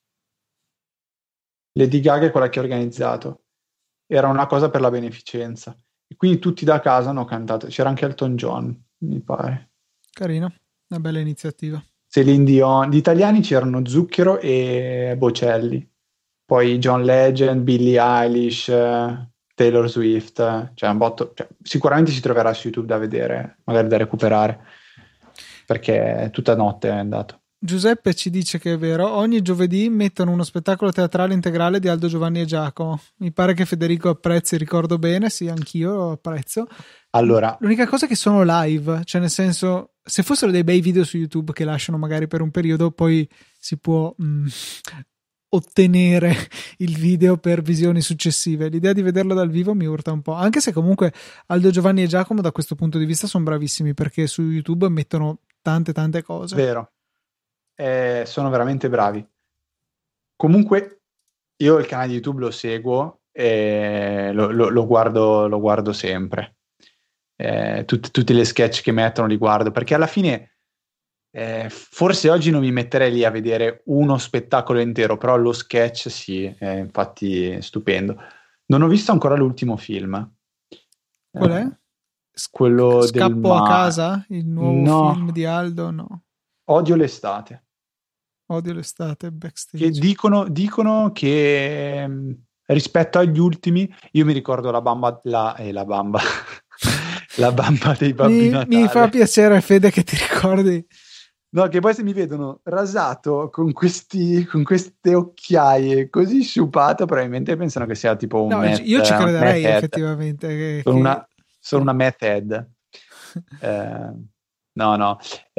Lady Gaga è quella che ha organizzato. Era una cosa per la beneficenza. E quindi tutti da casa hanno cantato. C'era anche Elton John, mi pare. Carino, una bella iniziativa. Celine Dion. Gli italiani c'erano Zucchero e Bocelli. Poi John Legend, Billie Eilish, eh, Taylor Swift. eh, Cioè un botto. Cioè, sicuramente si troverà su YouTube da vedere, magari da recuperare. Perché tutta notte è andato. Giuseppe ci dice che è vero, ogni giovedì mettono uno spettacolo teatrale integrale di Aldo, Giovanni e Giacomo. Mi pare che Federico apprezzi, ricordo bene, sì, anch'io apprezzo. Allora, l'unica cosa è che sono live, cioè nel senso, se fossero dei bei video su YouTube che lasciano magari per un periodo, poi si può mh, ottenere il video per visioni successive. L'idea di vederlo dal vivo mi urta un po', anche se comunque Aldo, Giovanni e Giacomo da questo punto di vista sono bravissimi perché su YouTube mettono tante tante cose. vero. Eh, sono veramente bravi. Comunque io il canale di YouTube lo seguo e lo, lo- lo guardo, lo guardo sempre. Eh, tut- tutte le sketch che mettono li guardo perché alla fine eh, forse oggi non mi metterei lì a vedere uno spettacolo intero, però lo sketch sì, è infatti stupendo. Non ho visto ancora l'ultimo film. Qual è? Eh, quello del Scappo a ma- casa, il nuovo No, film di Aldo, no. Odio l'estate. Odio l'estate, Che backstage. dicono, dicono che mh, rispetto agli ultimi, io mi ricordo la bamba, la, eh, la bamba, La bamba dei Babbi mi, Natale. mi fa piacere, Fede, che ti ricordi. No, che poi se mi vedono rasato con questi, con queste occhiaie così sciupato, probabilmente pensano che sia tipo un No, meth, io ci un meth crederei head. effettivamente che, Sono che... una, sono una meth head. Eh, no, no.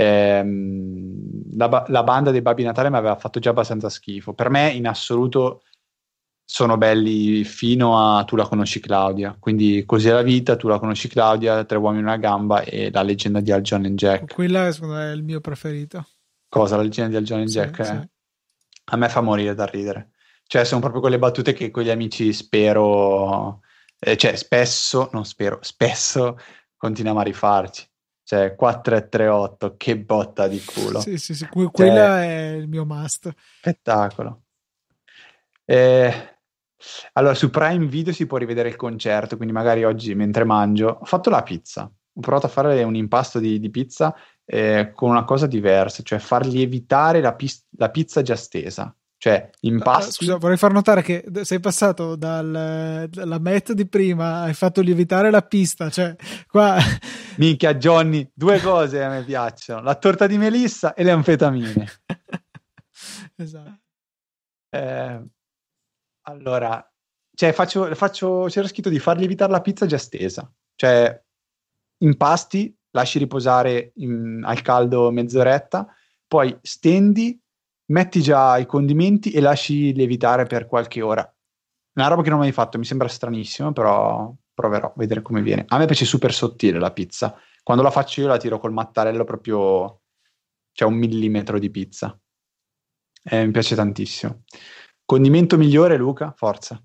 Ehm, la, ba- la banda dei Babbi Natale mi aveva fatto già abbastanza schifo. Per me, in assoluto, sono belli fino a Tu la conosci Claudia. Quindi Così è la vita, Tu la conosci Claudia, Tre uomini e una gamba e La leggenda di Al John and Jack. Quella secondo me è il mio preferito. Cosa? La leggenda di Al John and Sì, Jack? sì. Eh? A me fa morire da ridere. Cioè, sono proprio quelle battute che con gli amici spero, eh, cioè, spesso, non spero, spesso continuiamo a rifarci. Cioè, quattro e tre otto, che botta di culo. Sì, sì, sì, que- Cioè, quella è il mio must. spettacolo. Eh, allora, su Prime Video si può rivedere il concerto, quindi magari oggi mentre mangio ho fatto la pizza. Ho provato a fare un impasto di, di pizza eh, con una cosa diversa, cioè far lievitare la, pis- la pizza già stesa. Cioè, Ah, impasti. scusa, vorrei far notare che d- sei passato dal, dalla met di prima, hai fatto lievitare la pista, cioè qua... Minchia, Johnny, due cose a me piacciono: la torta di melissa e le anfetamine. Esatto. Eh, allora, cioè, faccio, faccio, c'era scritto di far lievitare la pizza già stesa. Cioè, impasti, lasci riposare in- al caldo mezz'oretta, poi stendi, metti già i condimenti e lasci lievitare per qualche ora. Una roba che non ho mai fatto, mi sembra stranissimo, però proverò a vedere come viene. A me piace super sottile la pizza. Quando la faccio io la tiro col mattarello proprio, c'è un millimetro di pizza. Eh, mi piace tantissimo. Condimento migliore, Luca? Forza.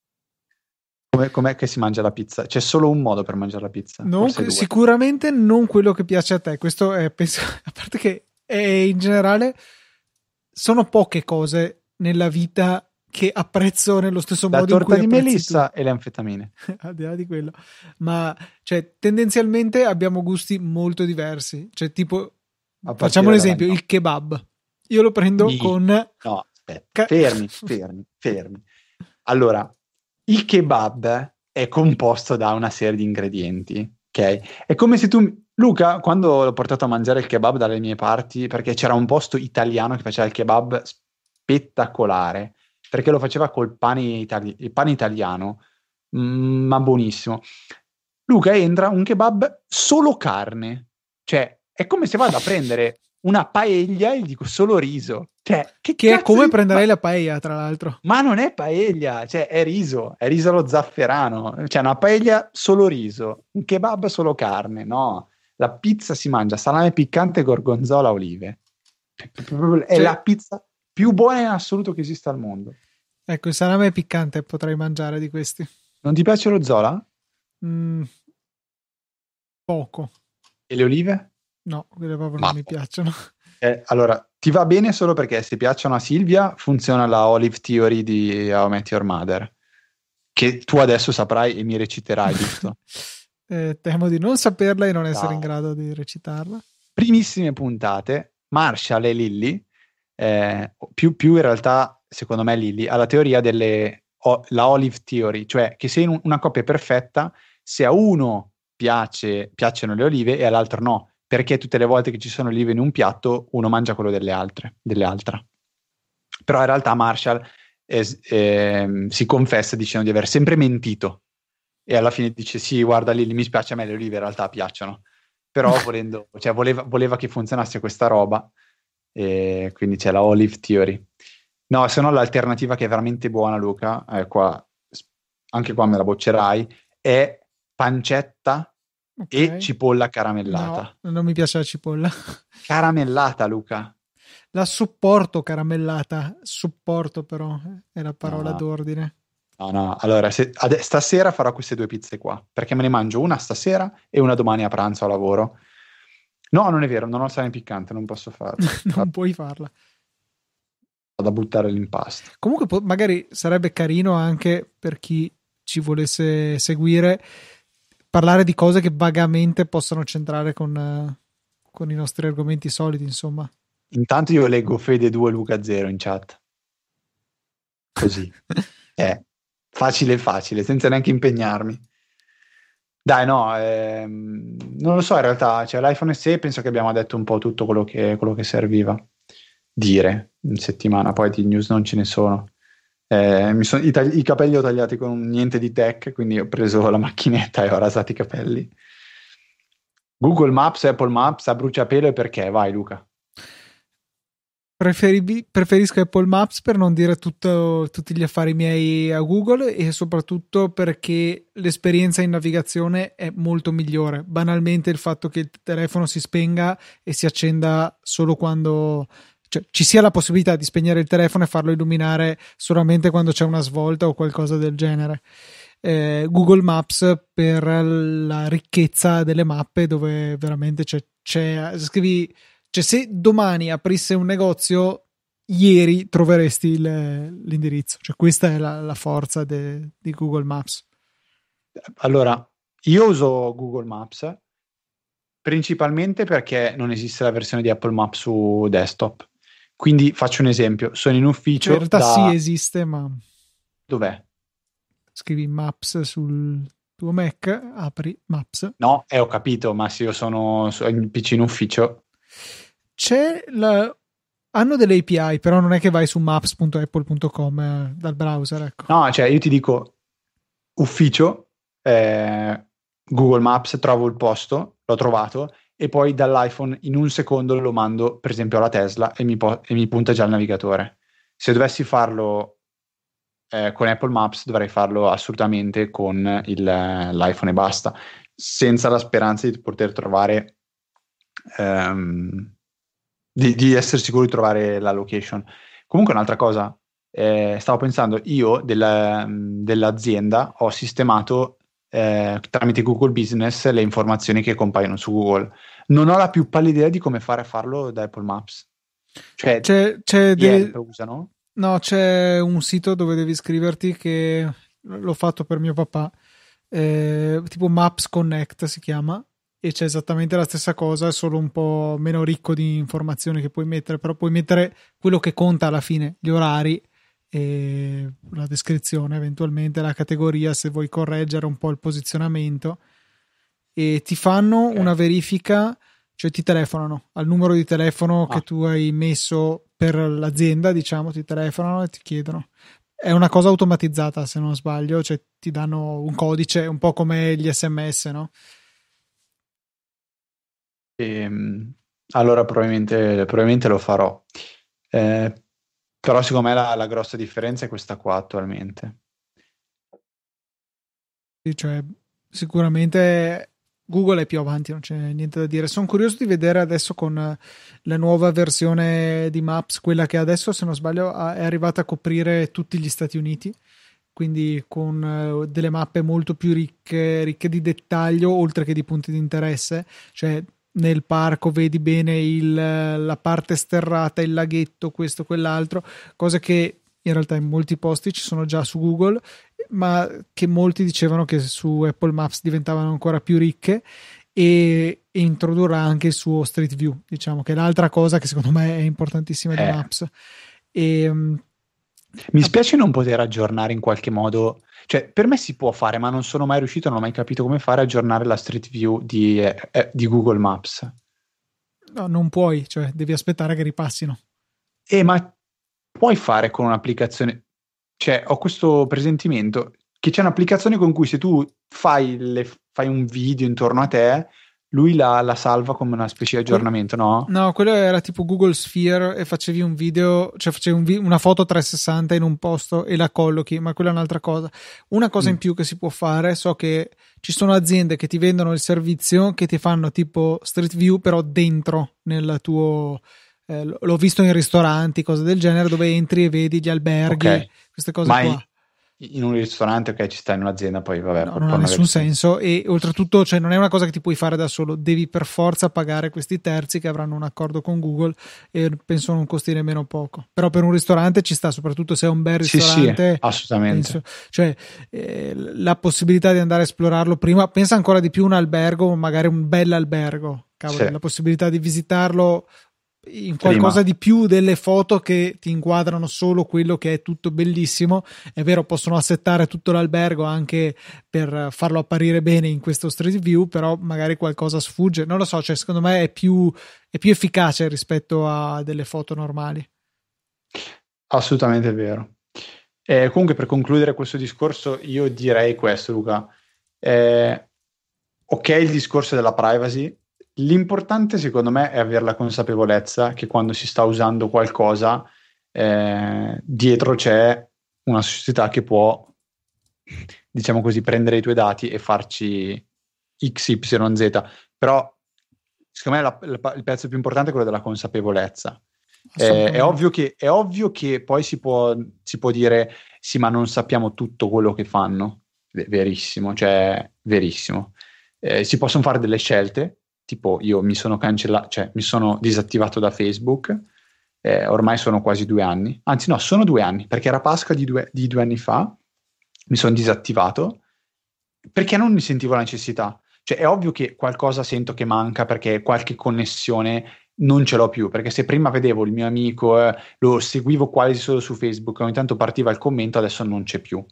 Come, com'è che si mangia la pizza? C'è solo un modo per mangiare la pizza, Non- forse due. sicuramente non quello che piace a te, questo è, penso, a parte che è, in generale sono poche cose nella vita che apprezzo nello stesso La modo in cui torta di apprezzi tu. melissa e le anfetamine. Al di là di quello, ma cioè, tendenzialmente abbiamo gusti molto diversi. Cioè, tipo, A facciamo un partire dalla esempio: no. il kebab. Io lo prendo Ni. con No, aspetta, ca- fermi, fermi, fermi. Allora, il kebab è composto da una serie di ingredienti, ok? È come se tu, Luca, quando l'ho portato a mangiare il kebab dalle mie parti, perché c'era un posto italiano che faceva il kebab spettacolare, perché lo faceva col pane, itali- il pane italiano, mm, ma buonissimo. Luca entra un kebab solo carne, cioè è come se vado a prendere una paella e gli dico solo riso. Cioè, che che è cazzo come di... prenderei Ma... la paella, tra l'altro. ma non è paella, cioè è riso, è riso allo zafferano. Cioè una paella solo riso, un kebab solo carne, no. La pizza si mangia salame piccante, gorgonzola, olive. È Cioè, la pizza più buona in assoluto che esista al mondo. ecco, il salame piccante potrei mangiare di questi. Non ti piace lo zola? Mm, poco. E le olive? No, quelle proprio non Ma mi piacciono. Eh, allora, ti va bene solo perché se piacciono a Silvia funziona la Olive Theory di How I Met Your Mother, che tu adesso saprai e mi reciterai, giusto? eh, temo di non saperla e non essere in Dai. grado di recitarla. Primissime puntate, Marshall e Lily, eh, più, più in realtà, secondo me Lily, ha la teoria delle, o, la Olive Theory, cioè che se in un- una coppia perfetta, se a uno piace, piacciono le olive e all'altro no, perché tutte le volte che ci sono olive in un piatto, uno mangia quello delle altre, delle altre. Però in realtà Marshall es- ehm, si confessa dicendo di aver sempre mentito e alla fine dice sì, guarda Lily, mi spiace, a me le olive in realtà piacciono, però volendo, cioè voleva, voleva che funzionasse questa roba e quindi c'è la Olive Theory. No, se no l'alternativa che è veramente buona, Luca, eh, qua, anche qua me la boccerai, è pancetta e Ok. cipolla No, caramellata. non mi piace la cipolla. Caramellata, Luca. La supporto caramellata, supporto però, eh, è la No, parola no, d'ordine. no, no. Allora, se- ade- stasera farò queste due pizze qua, perché me ne mangio una stasera e una domani a pranzo a lavoro. No, non è vero, non ho il sale piccante, non posso farlo. Non puoi farla. Vado a buttare l'impasto. Comunque po- magari sarebbe carino anche per chi ci volesse seguire parlare di cose che vagamente possano centrare con, eh, con i nostri argomenti soliti, insomma. Intanto io leggo Fede due Luca zero in chat. Così. È facile facile, senza neanche impegnarmi. Dai, no, ehm, non lo so, in realtà, cioè, l'iPhone S E penso che abbiamo detto un po' tutto quello che, quello che serviva dire in settimana, poi di news non ce ne sono. Eh, mi son- i, tagli- i capelli li ho tagliati con niente di tech, quindi ho preso la macchinetta e ho rasato i capelli. Google Maps, Apple Maps, a bruciapelo e perché? Vai Luca. Preferibi- preferisco Apple Maps per non dire tutto- tutti gli affari miei a Google e soprattutto perché l'esperienza in navigazione è molto migliore. Banalmente il fatto che il telefono si spenga e si accenda solo quando, cioè, ci sia la possibilità di spegnere il telefono e farlo illuminare solamente quando c'è una svolta o qualcosa del genere. Eh, Google Maps per la ricchezza delle mappe dove veramente c'è, c'è scrivi, cioè se domani aprisse un negozio ieri troveresti il- l'indirizzo, cioè questa è la, la forza de- di Google Maps. Allora, io uso Google Maps principalmente perché non esiste la versione di Apple Maps su desktop. Quindi faccio un esempio, sono in Cioè in ufficio realtà sì da... esiste, ma Dov'è? scrivi Maps sul tuo Mac, apri Maps. No, eh, ho capito, ma se io sono su- in P C in ufficio... C'è la... Hanno delle A P I, però non è che vai su maps punto apple punto com eh, dal browser, ecco. No, cioè io ti dico ufficio, eh, Google Maps, trovo il posto, l'ho trovato e poi dall'iPhone in un secondo lo mando per esempio alla Tesla e mi, po- e mi punta già il navigatore. Se dovessi farlo eh, con Apple Maps dovrei farlo assolutamente con il, l'iPhone e basta, senza la speranza di poter trovare, ehm, di, di essere sicuro di trovare la location. Comunque un'altra cosa, eh, stavo pensando, io della- dell'azienda ho sistemato eh, tramite Google Business le informazioni che compaiono su Google. Non ho la più pallida idea di come fare a farlo da Apple Maps. Cioè, C'è, c'è dei- Yelp usano? no, c'è un sito dove devi iscriverti che l'ho fatto per mio papà, eh, tipo Maps Connect si chiama, e c'è esattamente la stessa cosa, è solo un po' meno ricco di informazioni che puoi mettere, però puoi mettere quello che conta alla fine, gli orari e la descrizione, eventualmente la categoria se vuoi correggere un po' il posizionamento e ti fanno Ok. una verifica, cioè ti telefonano al numero di telefono che Ah, tu hai messo per l'azienda, diciamo, ti telefonano e ti chiedono. È una cosa automatizzata, se non sbaglio, cioè ti danno un codice, un po' come gli S M S, no? ehm, allora probabilmente, probabilmente lo farò. Eh, però secondo me la, la grossa differenza è questa qua attualmente. Sì, cioè, sicuramente Google è più avanti, non c'è niente da dire. Sono curioso di vedere adesso con eh, la nuova versione di Maps, quella che adesso, se non sbaglio, ha- è arrivata a coprire tutti gli Stati Uniti, quindi con eh, delle mappe molto più ricche, ricche di dettaglio, oltre che di punti di interesse. Cioè, nel parco vedi bene il- la parte sterrata, il laghetto, questo, quell'altro, cose che in realtà in molti posti ci sono già su Google ma che molti dicevano che su Apple Maps diventavano ancora più ricche e, e introdurrà anche il suo Street View, diciamo che è l'altra cosa che secondo me è importantissima di Eh, Maps. E, um, mi spiace non poter aggiornare in qualche modo, cioè per me si può fare, ma non sono mai riuscito, non ho mai capito come fare a aggiornare la Street View di, eh, eh, di Google Maps. no, non puoi, cioè devi aspettare che ripassino. Eh, ma puoi fare con un'applicazione, cioè ho questo presentimento che c'è un'applicazione con cui se tu fai, le- fai un video intorno a te, lui la, la salva come una specie di Que- aggiornamento, no? no, quello era tipo Google Sphere e facevi un video, cioè facevi un vi- una foto trecentosessanta in un posto e la collochi, ma quella è un'altra cosa. Una cosa in Mm. più che si può fare, so che ci sono aziende che ti vendono il servizio che ti fanno tipo Street View però dentro nel tuo... eh, l- l'ho visto in ristoranti, cose del genere, dove entri e vedi gli alberghi, Ok, queste cose ma qua. in, in un ristorante, ok, ci sta in un'azienda, poi vabbè, No, può, non ha può non nessun avere senso. senso e oltretutto cioè, non è una cosa che ti puoi fare da solo, devi per forza pagare questi terzi che avranno un accordo con Google e penso non costire meno poco. Però per un ristorante ci sta, soprattutto se è un bel Sì, sì, ristorante, penso, assolutamente. cioè eh, la possibilità di andare a esplorarlo prima, pensa ancora di più un albergo, magari un bel albergo, Sì. cavolo, la possibilità di visitarlo in qualcosa Prima. di più delle foto che ti inquadrano solo quello che è tutto bellissimo. È vero, possono assettare tutto l'albergo anche per farlo apparire bene in questo Street View, però magari qualcosa sfugge, non lo so, cioè secondo me è più, è più efficace rispetto a delle foto normali. Assolutamente vero. Eh, comunque, per concludere questo discorso, io direi questo, Luca. Eh, ok, il discorso della privacy. L'importante, secondo me, è avere la consapevolezza che quando si sta usando qualcosa, eh, dietro c'è una società che può, diciamo così, prendere i tuoi dati e farci X Y Z. Però, secondo me, la- la- il pezzo più importante è quello della consapevolezza. Eh, è ovvio che, è ovvio che poi si può, si può dire sì, ma non sappiamo tutto quello che fanno. V- verissimo, cioè verissimo. Eh, si possono fare delle scelte, tipo io mi sono cancellato, cioè mi sono disattivato da Facebook, eh, ormai sono quasi due anni, anzi no, sono due anni, perché era Pasqua di due, di due anni fa, mi sono disattivato perché non ne sentivo la necessità. Cioè è ovvio che qualcosa sento che manca perché qualche connessione non ce l'ho più, perché se prima vedevo il mio amico, eh, lo seguivo quasi solo su Facebook, ogni tanto partiva il commento, adesso non c'è più.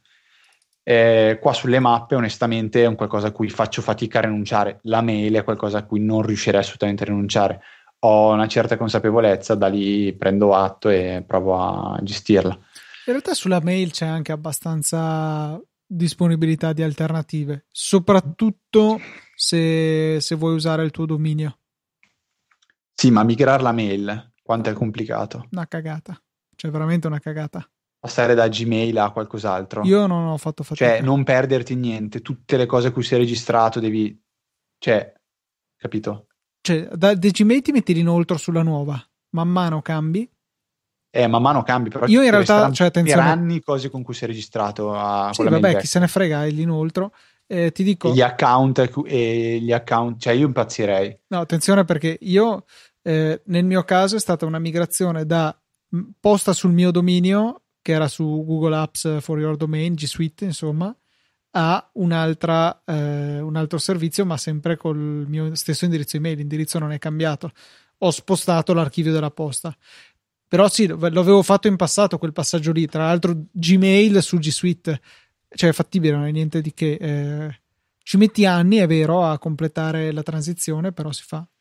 Eh, qua sulle mappe, onestamente, è un qualcosa a cui faccio fatica a rinunciare. La mail è qualcosa a cui non riuscirei assolutamente a rinunciare. Ho una certa consapevolezza, da lì prendo atto e provo a gestirla. In realtà sulla mail c'è anche abbastanza disponibilità di alternative, soprattutto se, se vuoi usare il tuo dominio. Sì, ma migrare la mail, quanto è complicato? Una cagata, cioè veramente una cagata. Passare da Gmail a qualcos'altro. Io non ho fatto fatica. Cioè, non perderti niente, tutte le cose a cui sei registrato devi... Cioè, capito? Cioè, da, da Gmail ti metti l'inoltro sulla nuova, man mano cambi. Eh, man mano cambi, però Io in ti realtà, resteranno cioè, per attenzione, anni cose con cui sei registrato a sì, con la mail vabbè, vecchia. chi se ne frega, è l'inoltro. Eh, ti E dico, gli account e gli account, cioè io impazzirei. no, attenzione perché io, eh, nel mio caso, è stata una migrazione da mh, posta sul mio dominio, che era su Google Apps for Your Domain, G Suite, insomma, a un'altra, eh, un altro servizio, ma sempre col mio stesso indirizzo email. L'indirizzo non è cambiato. Ho spostato l'archivio della posta. Però sì, l'avevo fatto in passato quel passaggio lì. Tra l'altro, Gmail su G Suite, cioè è fattibile, non è niente di che. Eh, ci metti anni, è vero, a completare la transizione, però si fa.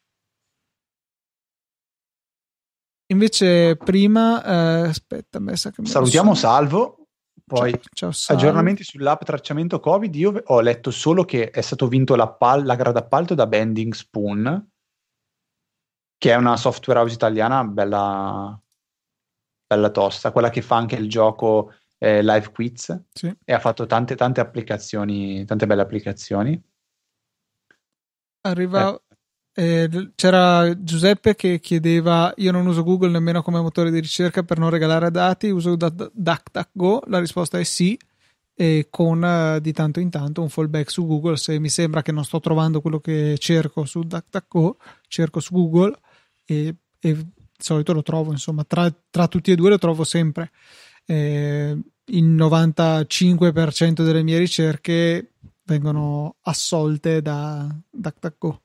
Invece, prima, eh, aspetta, me sa che mi Salutiamo sono... Salvo. Poi ciao, ciao, Salvo. Aggiornamenti sull'app tracciamento Covid. Io ho letto solo che è stato vinto l'appal- la gara d'appalto da Bending Spoon, che è una software house italiana bella, bella tosta, quella che fa anche il gioco eh, Live Quiz, Sì. e ha fatto tante tante applicazioni, tante belle applicazioni. Arriva, eh, c'era Giuseppe che chiedeva: io non uso Google nemmeno come motore di ricerca per non regalare dati, uso DuckDuckGo. La risposta è sì, e con eh, di tanto in tanto un fallback su Google. Se mi sembra che non sto trovando quello che cerco su DuckDuckGo, cerco su Google e, e di solito lo trovo, insomma, tra, tra tutti e due lo trovo sempre. Eh, il novantacinque per cento delle mie ricerche vengono assolte da DuckDuckGo.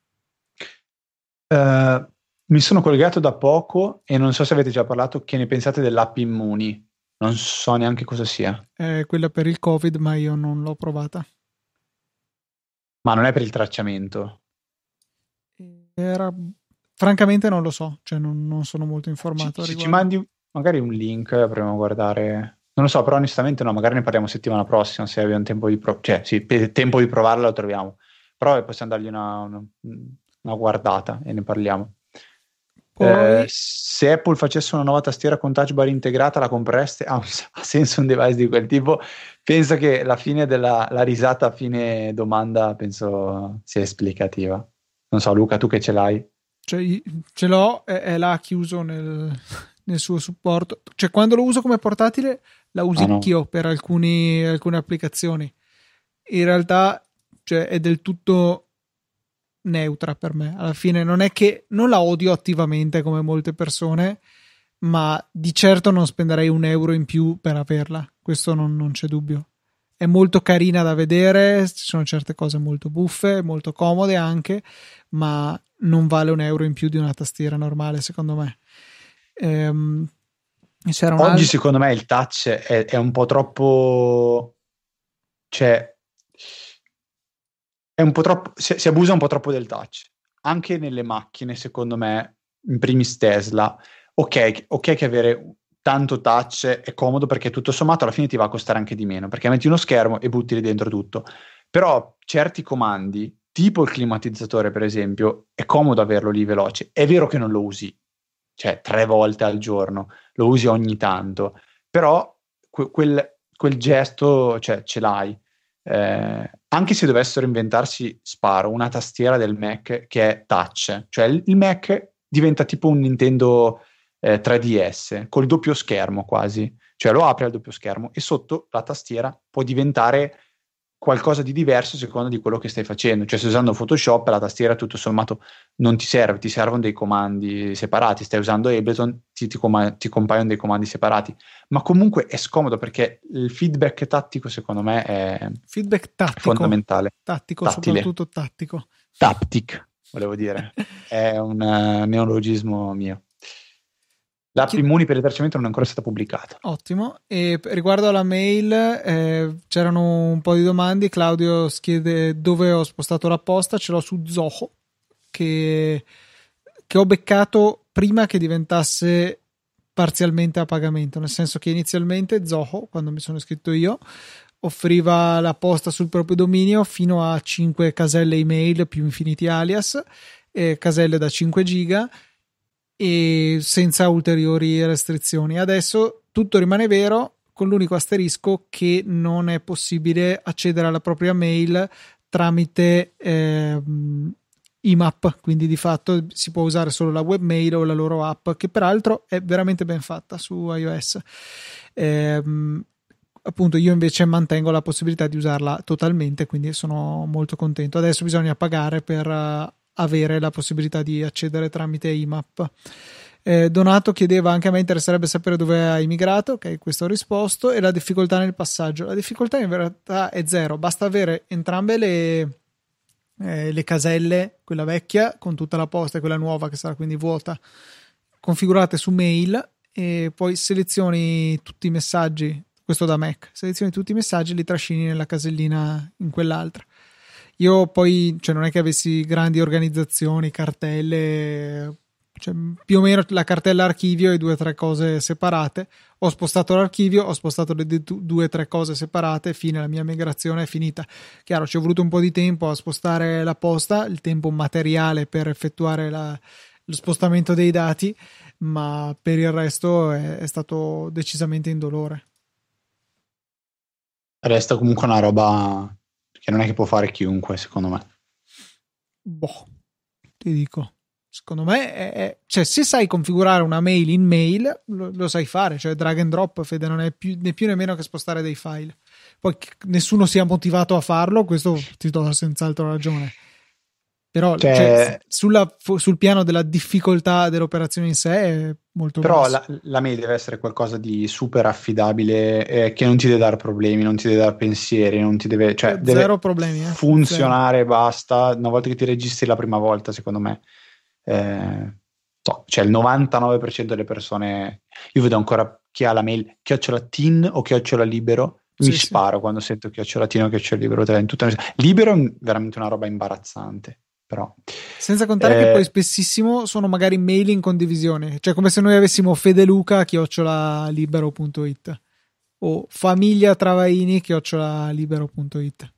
Uh, mi sono collegato da poco e non so se avete già parlato, che ne pensate dell'app Immuni. Non so neanche cosa sia. È quella per il Covid, ma io non l'ho provata. Ma non è per il tracciamento? Era... Francamente non lo so, cioè non, non sono molto informato. Ci, ci mandi magari un link, proviamo a guardare. Non lo so, però onestamente no, magari ne parliamo settimana prossima, se abbiamo tempo di pro- cioè sì, tempo di provarla lo troviamo. Però possiamo dargli una, una, una guardata e ne parliamo. Poi... Eh, se Apple facesse una nuova tastiera con touch bar integrata, la compreste? Ha, ha senso un device di quel tipo? Penso che la fine della la risata a fine domanda penso sia esplicativa. Non so, Luca, tu che ce l'hai? Cioè, ce l'ho, è, è là chiuso nel, nel suo supporto. Cioè, quando lo uso come portatile, la usicchio ah, no. per alcuni, alcune applicazioni. In realtà, cioè, è del tutto neutra per me. Alla fine non è che non la odio attivamente come molte persone, ma di certo non spenderei un euro in più per averla. Questo non, non c'è dubbio. È molto carina da vedere, ci sono certe cose molto buffe, molto comode anche, ma non vale un euro in più di una tastiera normale, secondo me. Ehm, c'era un Oggi altro... secondo me il touch è, è un po' troppo, cioè è un po' troppo, si, si abusa un po' troppo del touch anche nelle macchine, secondo me, in primis Tesla. Ok, ok che avere tanto touch è comodo, perché tutto sommato alla fine ti va a costare anche di meno, perché metti uno schermo e butti lì dentro tutto. Però certi comandi, tipo il climatizzatore per esempio, è comodo averlo lì veloce. È vero che non lo usi, cioè tre volte al giorno, lo usi ogni tanto, però que- quel, quel gesto, cioè, ce l'hai. Eh, anche se dovessero inventarsi, sparo, una tastiera del Mac che è touch, cioè il, il Mac diventa tipo un Nintendo eh, tre D S col doppio schermo quasi, cioè lo apri al doppio schermo e sotto la tastiera può diventare qualcosa di diverso a seconda di quello che stai facendo. Cioè, se usando Photoshop, la tastiera tutto sommato non ti serve, ti servono dei comandi separati. Stai usando Ableton, ti, ti, com- ti compaiono dei comandi separati. Ma comunque è scomodo, perché il feedback tattico, secondo me, è Feedback tattico. fondamentale. Tattico, Tattile. soprattutto tattico. Taptic, volevo dire. È un uh, neologismo mio. L'app Chi... Immuni per il tracciamento non è ancora stata pubblicata. Ottimo. E riguardo alla mail, eh, c'erano un po' di domande. Claudio chiede dove ho spostato la posta. Ce l'ho su Zoho, che, che ho beccato prima che diventasse parzialmente a pagamento, nel senso che inizialmente Zoho, quando mi sono iscritto io, offriva la posta sul proprio dominio fino a cinque caselle email più infiniti alias, eh, caselle da cinque giga, e senza ulteriori restrizioni. Adesso tutto rimane vero, con l'unico asterisco che non è possibile accedere alla propria mail tramite eh, I M A P, quindi di fatto si può usare solo la webmail o la loro app, che peraltro è veramente ben fatta su iOS. Ehm, appunto, io invece mantengo la possibilità di usarla totalmente, quindi sono molto contento. Adesso bisogna pagare per uh, avere la possibilità di accedere tramite I M A P. Eh, Donato chiedeva: anche a me interesserebbe sapere dove hai migrato. Ok, questo ho risposto. E la difficoltà nel passaggio. La difficoltà in realtà è zero, basta avere entrambe le, eh, le caselle, quella vecchia con tutta la posta e quella nuova che sarà quindi vuota, configurate su mail, e poi selezioni tutti i messaggi. Questo da Mac, selezioni tutti i messaggi e li trascini nella casellina in quell'altra. Io poi, cioè, non è che avessi grandi organizzazioni, cartelle, cioè, più o meno la cartella archivio e due o tre cose separate. Ho spostato l'archivio, ho spostato le due o tre cose separate, fine, la mia migrazione è finita. Chiaro, ci è voluto un po' di tempo a spostare la posta, il tempo materiale per effettuare la, lo spostamento dei dati, ma per il resto è, è stato decisamente indolore. Resta comunque una roba che non è che può fare chiunque, secondo me. Boh, ti dico, secondo me è, è, cioè, se sai configurare una mail in mail, lo, lo sai fare, cioè drag and drop, Fede, non è più, né più né meno che spostare dei file. Poi che nessuno sia motivato a farlo, questo ti do senz'altro ragione. Però cioè, cioè, sulla, sul piano della difficoltà dell'operazione in sé è molto però basso. la, la mail deve essere qualcosa di super affidabile, eh, che non ti deve dare problemi, non ti deve dare pensieri, non ti deve, cioè, deve zero problemi, eh? funzionare, Zero. basta. Una volta che ti registri la prima volta, secondo me, eh, so, cioè il novantanove per cento delle persone, io vedo ancora chi ha la mail chiocciola tin o chiocciola libero, mi Sì, sparo sì. quando sento chiocciola tin o chiocciola libero, in tutta... libero è veramente una roba imbarazzante. Però. Senza contare eh, che poi spessissimo sono magari mail in condivisione, cioè come se noi avessimo fedeluca chiocciola libero punto it o famiglia travaini chiocciola libero punto it.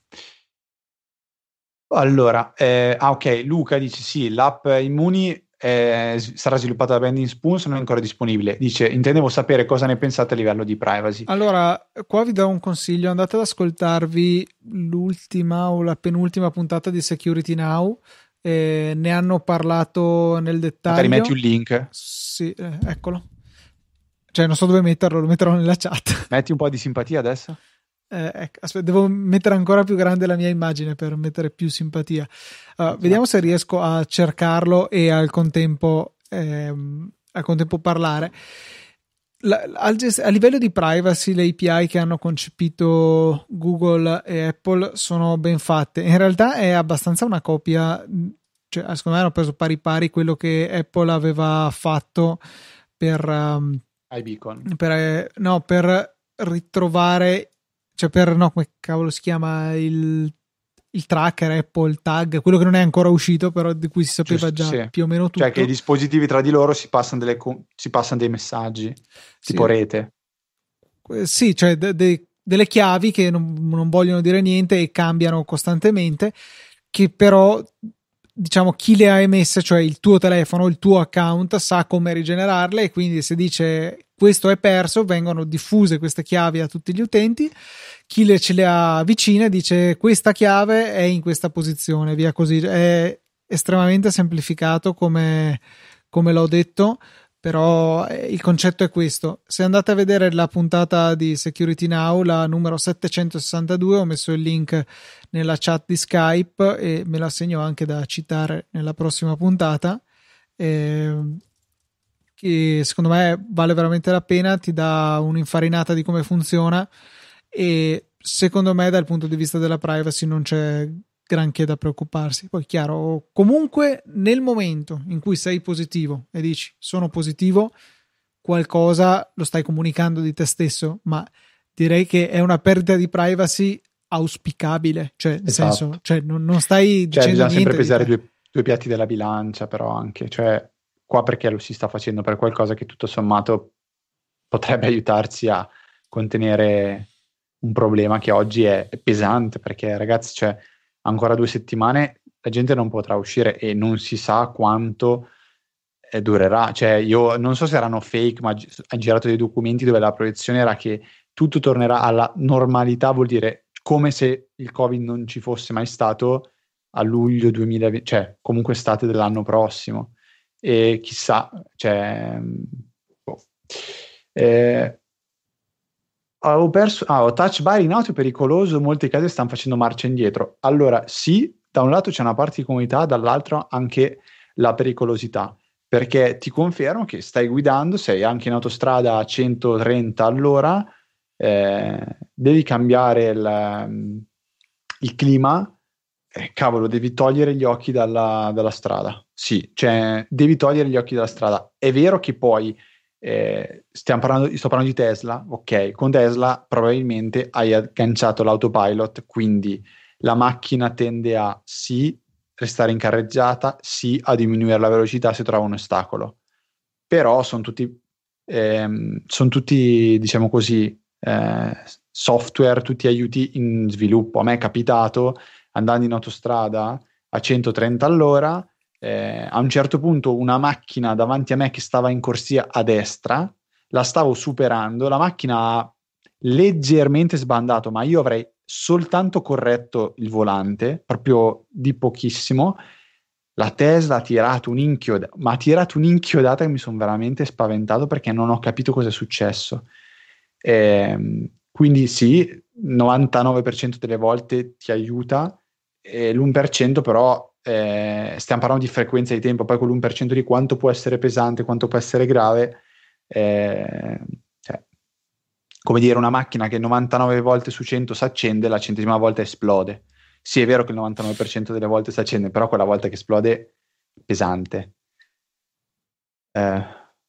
allora, eh, ah ok, Luca dice sì, l'app Immuni eh, sarà sviluppata da Bending Spoons, non è ancora disponibile. Dice, intendevo sapere cosa ne pensate a livello di privacy. Allora, qua vi do un consiglio: andate ad ascoltarvi l'ultima o la penultima puntata di Security Now. Eh, ne hanno parlato nel dettaglio. Magari metti un link. Sì, eh, eccolo. Cioè, non so dove metterlo, lo metterò nella chat. Metti un po' di simpatia adesso. Eh, ecco, aspetta, devo mettere ancora più grande la mia immagine per mettere più simpatia. Uh, vediamo se riesco a cercarlo e al contempo, ehm, al contempo parlare. La, al, a livello di privacy, le A P I che hanno concepito Google e Apple sono ben fatte. In realtà è abbastanza una copia cioè, secondo me hanno preso pari pari quello che Apple aveva fatto per, um, iBeacon. per eh, no, per ritrovare, cioè per, no, come cavolo si chiama, il, il tracker Apple Tag, quello che non è ancora uscito, però di cui si sapeva Giusto, già sì. più o meno tutto. Cioè che i dispositivi tra di loro si passano, delle, si passano dei messaggi, tipo sì. rete. Sì, cioè de, de, delle chiavi che non, non vogliono dire niente e cambiano costantemente, che però, diciamo, chi le ha emesse, cioè il tuo telefono, il tuo account, sa come rigenerarle, e quindi se dice questo è perso, vengono diffuse queste chiavi a tutti gli utenti. Chi le, ce le ha vicine dice questa chiave è in questa posizione, via così. È estremamente semplificato, come, come l'ho detto, però il concetto è questo. Se andate a vedere la puntata di Security Now, la numero settecentosessantadue, ho messo il link nella chat di Skype e me la segno anche da citare nella prossima puntata, eh, che secondo me vale veramente la pena, ti dà un'infarinata di come funziona, e secondo me dal punto di vista della privacy non c'è granché da preoccuparsi. Poi chiaro, comunque nel momento in cui sei positivo e dici sono positivo, qualcosa lo stai comunicando di te stesso, ma direi che è una perdita di privacy auspicabile, cioè nel Esatto. senso, cioè non, non stai cioè, dicendo bisogna sempre niente pesare di te. due, due piatti della bilancia, però anche, cioè qua perché lo si sta facendo per qualcosa che tutto sommato potrebbe aiutarci a contenere un problema che oggi è pesante, perché ragazzi, cioè ancora due settimane la gente non potrà uscire e non si sa quanto eh, durerà. Cioè io non so se erano fake, ma ha girato dei documenti dove la proiezione era che tutto tornerà alla normalità, vuol dire come se il Covid non ci fosse mai stato a luglio duemilaventi, cioè comunque estate dell'anno prossimo. E chissà, cioè boh. eh, Ho perso, ah, ho touch bar in auto è pericoloso, in molti casi stanno facendo marcia indietro. Allora sì, da un lato c'è una parte di comodità, dall'altro anche la pericolosità, perché ti confermo che stai guidando, sei anche in autostrada a centotrenta all'ora, eh, devi cambiare il, il clima, eh, cavolo, devi togliere gli occhi dalla, dalla strada. Sì, cioè devi togliere gli occhi dalla strada. È vero che poi Eh, stiamo parlando, sto parlando di Tesla, ok, con Tesla probabilmente hai agganciato l'autopilot, quindi la macchina tende a sì restare in carreggiata, sì a diminuire la velocità se trova un ostacolo, però sono tutti ehm, sono tutti, diciamo così, eh, software, tutti aiuti in sviluppo. A me è capitato andando in autostrada a centotrenta all'ora, Eh, a un certo punto una macchina davanti a me che stava in corsia a destra, la stavo superando, la macchina ha leggermente sbandato, ma io avrei soltanto corretto il volante, proprio di pochissimo. La Tesla ha tirato un'inchiodata, ma ha tirato un'inchiodata che mi sono veramente spaventato perché non ho capito cosa è successo. Eh, quindi sì, novantanove per cento delle volte ti aiuta, e l'uno per cento però eh, stiamo parlando di frequenza di tempo, poi quell'uno per cento di quanto può essere pesante, quanto può essere grave, eh, cioè, come dire, una macchina che novantanove volte su cento si accende, la centesima volta esplode. Sì, è vero che il novantanove per cento delle volte si accende, però quella volta che esplode è pesante. Eh,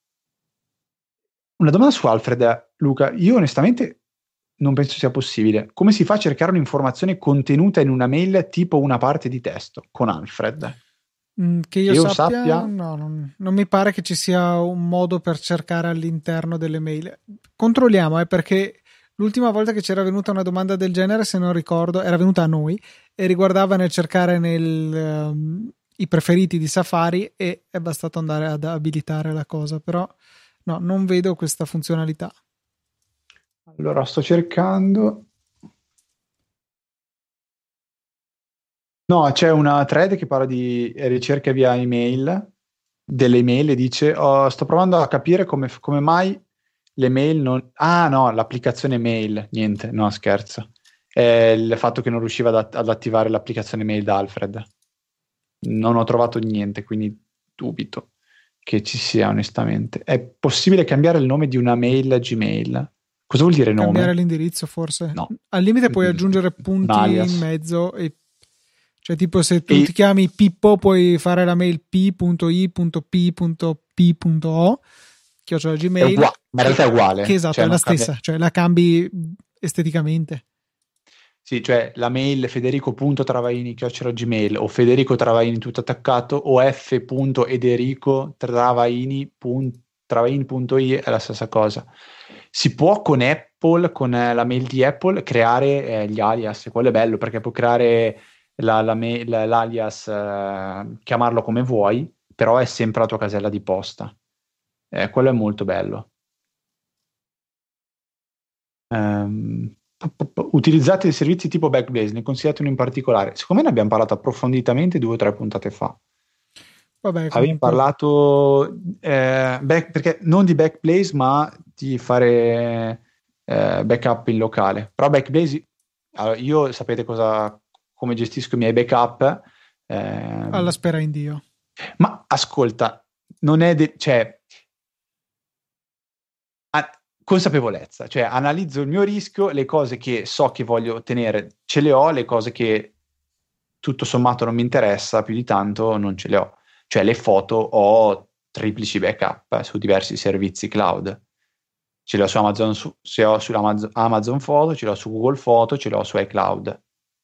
una domanda su Alfred, Luca. Io onestamente non penso sia possibile. Come si fa a cercare un'informazione contenuta in una mail tipo una parte di testo con Alfred? Mm, che io, Che io sappia, sappia, no, non, non mi pare che ci sia un modo per cercare all'interno delle mail. Controlliamo, eh, perché l'ultima volta che c'era venuta una domanda del genere, se non ricordo, era venuta a noi e riguardava nel cercare nel, um, i preferiti di Safari, e è bastato andare ad abilitare la cosa, però no, non vedo questa funzionalità. allora sto cercando. No, c'è una thread che parla di ricerche via email, delle email, e dice: "Oh, sto provando a capire come, come mai le mail non... Ah no, l'applicazione mail, niente, no scherzo. È il fatto che non riusciva ad, ad attivare l'applicazione mail da Alfred. Non ho trovato niente, quindi dubito che ci sia onestamente. È possibile cambiare il nome di una mail a Gmail? Cosa vuol dire Cambiare nome? l'indirizzo, forse. No. Al limite puoi Un aggiungere punti in alias. mezzo e Cioè tipo se tu E... ti chiami Pippo puoi fare la mail p.i.p.p.o chiocciola È Gmail, uguale, ma in realtà è uguale. che esatto, Cioè è la non cambia. stessa, cioè la cambi esteticamente. Sì, cioè la mail federico.travaini chiocciola gmail o Federico Travaini tutto attaccato o f.ederico travaini punto i è la stessa cosa. Si può con Apple, con eh, la mail di Apple, creare eh, gli alias, e quello è bello perché puoi creare la, la mail, l'alias, eh, chiamarlo come vuoi, però è sempre la tua casella di posta. Eh, quello è molto bello. Um, utilizzate dei servizi tipo Backblaze, ne consigliate uno in particolare? Secondo me ne abbiamo parlato approfonditamente due o tre puntate fa. Vabbè, Avevi comunque. parlato eh, back, perché non di Backblaze, ma di fare eh, backup in locale. Però Backblaze, allora, io sapete cosa, come gestisco i miei backup. Alla ehm, spera in Dio. ma ascolta, non è de- cioè, a- consapevolezza, cioè analizzo il mio rischio, le cose che so che voglio ottenere ce le ho, le cose che tutto sommato non mi interessa più di tanto non ce le ho. Cioè le foto ho triplici backup eh, su diversi servizi cloud. Ce le ho su Amazon, su, se ho su Amazon, Amazon Photo, ce le ho su Google Photo, ce le ho su iCloud.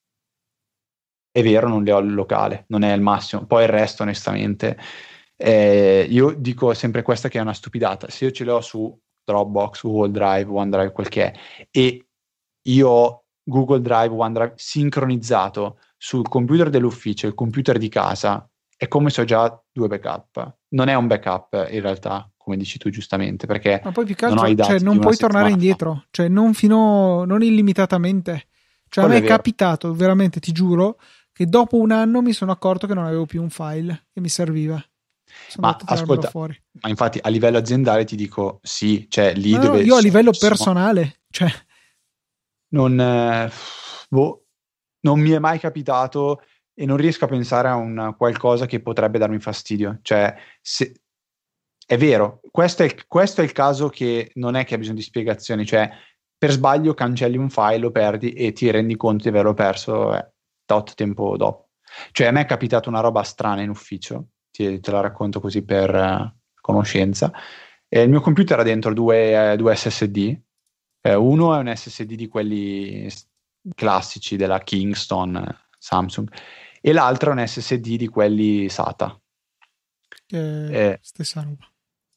È vero, non le ho al locale, non è il massimo. Poi il resto, onestamente, eh, io dico sempre questa che è una stupidata. Se io ce le ho su Dropbox, Google Drive, OneDrive, quel che è, e io ho Google Drive, OneDrive sincronizzato sul computer dell'ufficio e il computer di casa, è come se ho già due backup. Non è un backup in realtà, come dici tu giustamente, perché Ma poi più che non ho i altro, cioè, dati di non una puoi tornare settimana fa. indietro, cioè non fino, non illimitatamente. Cioè, a Quello me è è vero. capitato, veramente, ti giuro, che dopo un anno mi sono accorto che non avevo più un file che mi serviva. Sono Ma andato a tirarmelo ascolta, fuori. ma infatti a livello aziendale ti dico sì, cioè lì Ma no, dove io a so- livello sono, personale, cioè, non, eh, boh, non mi è mai capitato e non riesco a pensare a un qualcosa che potrebbe darmi fastidio. Cioè, se, è vero, questo è, il, questo è il caso che non è che ha bisogno di spiegazioni, cioè per sbaglio cancelli un file, lo perdi e ti rendi conto di averlo perso eh, tot tempo dopo. Cioè a me è capitata una roba strana in ufficio, ti- te la racconto così per eh, conoscenza. E il mio computer ha dentro due, eh, due S S D. Eh, uno è un S S D di quelli s- classici della Kingston, eh, Samsung, e l'altro è un S S D di quelli SATA. che è Eh, stessa roba.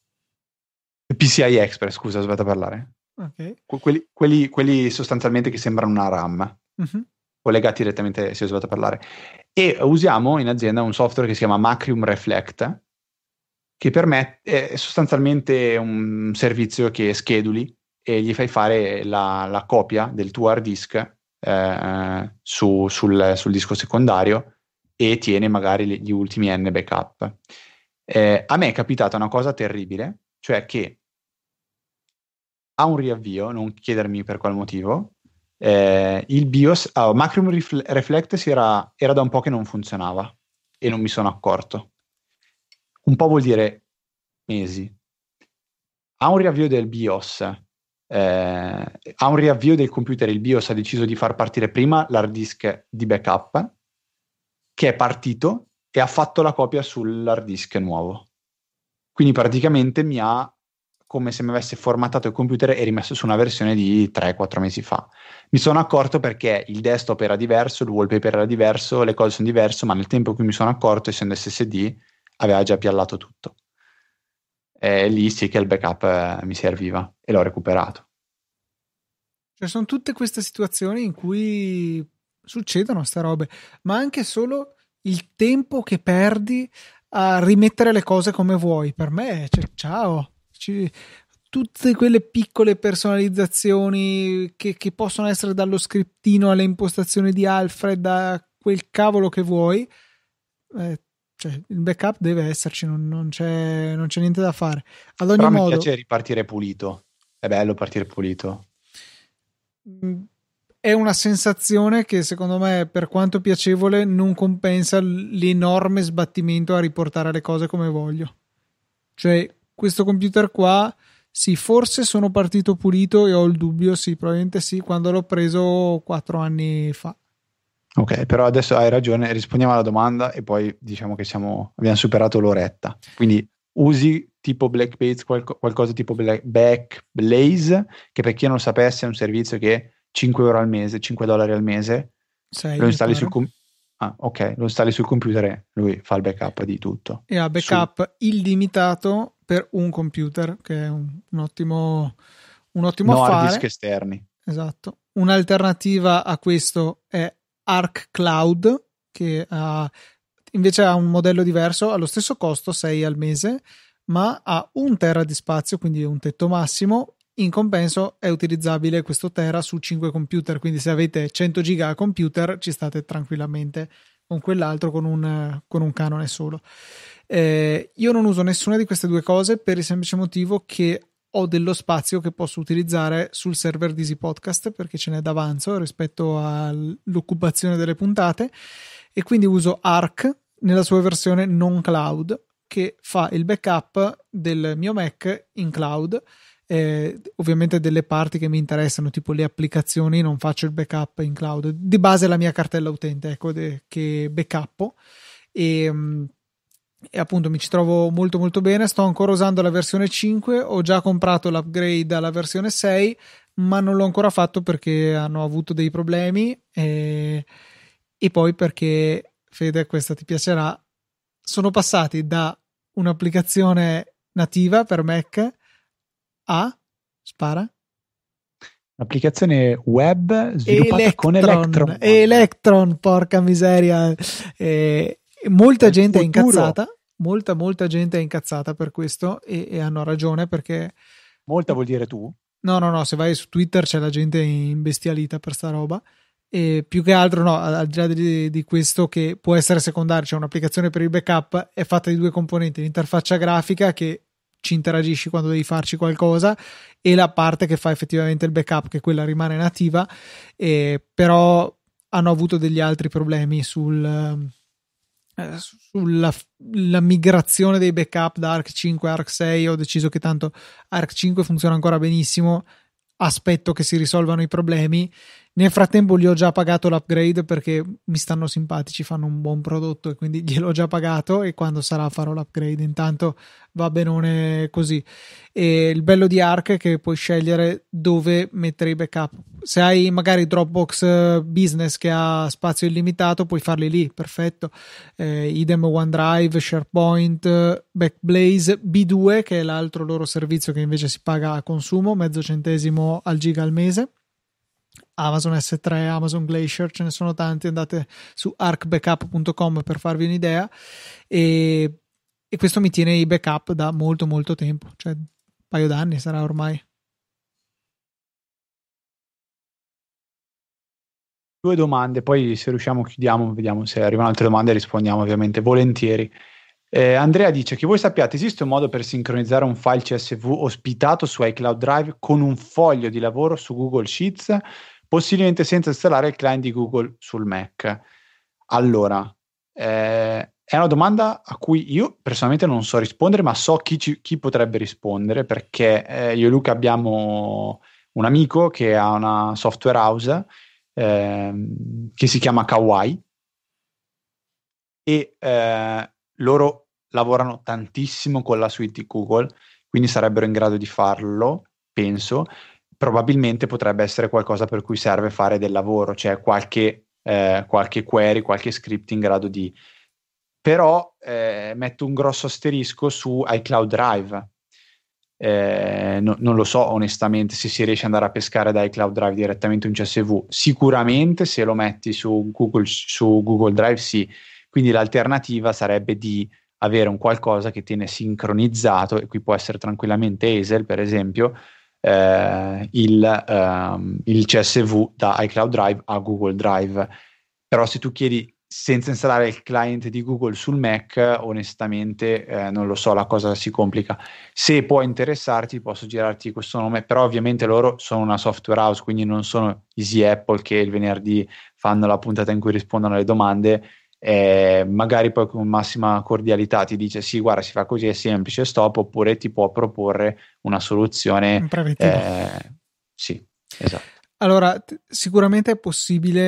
P C I Express, scusa, ho sbagliato a parlare. Ok. Que- quelli, quelli- quelli sostanzialmente che sembrano una RAM, Mhm. collegati direttamente, se ho sbagliato a parlare. E usiamo in azienda un software che si chiama Macrium Reflect, che permette, è sostanzialmente un servizio che scheduli e gli fai fare la, la copia del tuo hard disk eh, su- sul, sul disco secondario e tiene magari gli gli ultimi N backup. Eh, a me è capitata una cosa terribile, cioè che a un riavvio, non chiedermi per quale motivo, eh, il BIOS, ah, Macrium Refle- Reflect si era, era da un po' che non funzionava e non mi sono accorto. Un po' vuol dire mesi. A un riavvio del BIOS, eh, a un riavvio del computer, il BIOS ha deciso di far partire prima l'hard disk di backup, che è partito e ha fatto la copia sull'hard disk nuovo. Quindi praticamente mi ha, come se mi avesse formattato il computer e rimesso su una versione di tre quattro mesi fa. Mi sono accorto perché il desktop era diverso, il wallpaper era diverso, le cose sono diverse, ma nel tempo in cui mi sono accorto, essendo S S D, aveva già piallato tutto. E lì sì che il backup eh, mi serviva e l'ho recuperato. Cioè, sono tutte queste situazioni in cui succedono ste robe, ma anche solo il tempo che perdi a rimettere le cose come vuoi. Per me, cioè, ciao. Ci- tutte quelle piccole personalizzazioni che, che possono essere dallo scriptino alle impostazioni di Alfred, a quel cavolo che vuoi. eh, cioè, il backup deve esserci, non, non c'è, non c'è niente da fare. Ad ogni Però mi modo, piace ripartire pulito. È bello partire pulito. mh, è una sensazione che secondo me, per quanto piacevole, non compensa l'enorme sbattimento a riportare le cose come voglio. Cioè, questo computer qua, sì, forse sono partito pulito e ho il dubbio, sì, probabilmente sì, quando l'ho preso quattro anni fa. Ok, però adesso hai ragione, rispondiamo alla domanda e poi diciamo che siamo, abbiamo superato l'oretta. Quindi usi tipo Blackbase, qualco, qualcosa tipo Black, Backblaze, che per chi non lo sapesse è un servizio che cinque euro al mese, cinque dollari al mese, sei lo mi installi pare. sul computer. Ah, ok, lo installi sul computer e lui fa il backup di tutto. E ha Su backup illimitato per un computer, che è un, un ottimo, un ottimo no hard disk affare. esterni. Esatto. Un'alternativa a questo è Arc Cloud, che ha, invece ha un modello diverso, ha lo stesso costo, sei al mese, ma ha un tera di spazio, quindi un tetto massimo. In compenso è utilizzabile questo tera su cinque computer, quindi se avete cento giga a computer ci state tranquillamente con quell'altro con un, con un canone solo. Eh, io non uso nessuna di queste due cose per il semplice motivo che ho dello spazio che posso utilizzare sul server di Easy Podcast, perché ce n'è d'avanzo rispetto all'occupazione delle puntate, e quindi uso Arc nella sua versione non cloud, che fa il backup del mio Mac in cloud. Eh, ovviamente delle parti che mi interessano, tipo le applicazioni, non faccio il backup in cloud. Di base la mia cartella utente, ecco, de- che backuppo, e, e appunto mi ci trovo molto molto bene. Sto ancora usando la versione cinque, ho già comprato l'upgrade alla versione sei, ma non l'ho ancora fatto perché hanno avuto dei problemi, e, e poi perché, Fede, questa ti piacerà, sono passati da un'applicazione nativa per Mac a, spara, L'applicazione web sviluppata con Electron, Electron. Electron, porca miseria. E molta È il gente è futuro. incazzata, molta molta gente è incazzata per questo, e, e hanno ragione, perché Molta vuol dire tu? no no no, se vai su Twitter c'è la gente imbestialita per sta roba. E più che altro, no, al di là di, di questo, che può essere secondario, c'è cioè un'applicazione per il backup, è fatta di due componenti: l'interfaccia grafica, che ci interagisci quando devi farci qualcosa, e la parte che fa effettivamente il backup, che quella rimane nativa. Eh, però hanno avuto degli altri problemi sul eh, sulla la migrazione dei backup da Arc cinque a Arc sei. Ho deciso che tanto Arc cinque funziona ancora benissimo, aspetto che si risolvano i problemi. Nel frattempo gli ho già pagato l'upgrade perché mi stanno simpatici, fanno un buon prodotto, e quindi gliel'ho già pagato, e quando sarà farò l'upgrade. Intanto va benone così. E il bello di Arc è che puoi scegliere dove mettere i backup. Se hai magari Dropbox Business che ha spazio illimitato, puoi farli lì, perfetto. Eh, idem OneDrive, SharePoint, Backblaze, B due, che è l'altro loro servizio che invece si paga a consumo, mezzo centesimo al giga al mese. Amazon S tre, Amazon Glacier, ce ne sono tanti, andate su arc backup punto com per farvi un'idea. E, e questo mi tiene i backup da molto molto tempo, cioè un paio d'anni sarà ormai. Due domande, poi se riusciamo chiudiamo, vediamo se arrivano altre domande, rispondiamo ovviamente volentieri. Eh, Andrea dice: che voi sappiate, esiste un modo per sincronizzare un file C S V ospitato su iCloud Drive con un foglio di lavoro su Google Sheets, possibilmente senza installare il client di Google sul Mac? Allora, eh, è una domanda a cui io personalmente non so rispondere, ma so chi, ci, chi potrebbe rispondere, perché eh, io e Luca abbiamo un amico che ha una software house ehm, che si chiama Kawaii, e eh, loro lavorano tantissimo con la suite di Google, quindi sarebbero in grado di farlo, penso. Probabilmente potrebbe essere qualcosa per cui serve fare del lavoro, cioè qualche, eh, qualche query, qualche script in grado di... Però eh, metto un grosso asterisco su iCloud Drive. Eh, no, non lo so onestamente se si riesce ad andare a pescare da iCloud Drive direttamente un C S V. Sicuramente se lo metti su Google, su Google Drive sì. Quindi l'alternativa sarebbe di avere un qualcosa che tiene sincronizzato, e qui può essere tranquillamente Hazel per esempio, eh, il, um, il C S V da iCloud Drive a Google Drive. Però se tu chiedi senza installare il client di Google sul Mac, onestamente eh, non lo so, la cosa si complica. Se può interessarti posso girarti questo nome, però ovviamente loro sono una software house, quindi non sono Easy Apple che il venerdì fanno la puntata in cui rispondono alle domande. Eh, magari poi con massima cordialità ti dice sì, guarda, si fa così, è semplice, stop, oppure ti può proporre una soluzione Un preventivo. eh, sì, esatto. Allora, t- sicuramente è possibile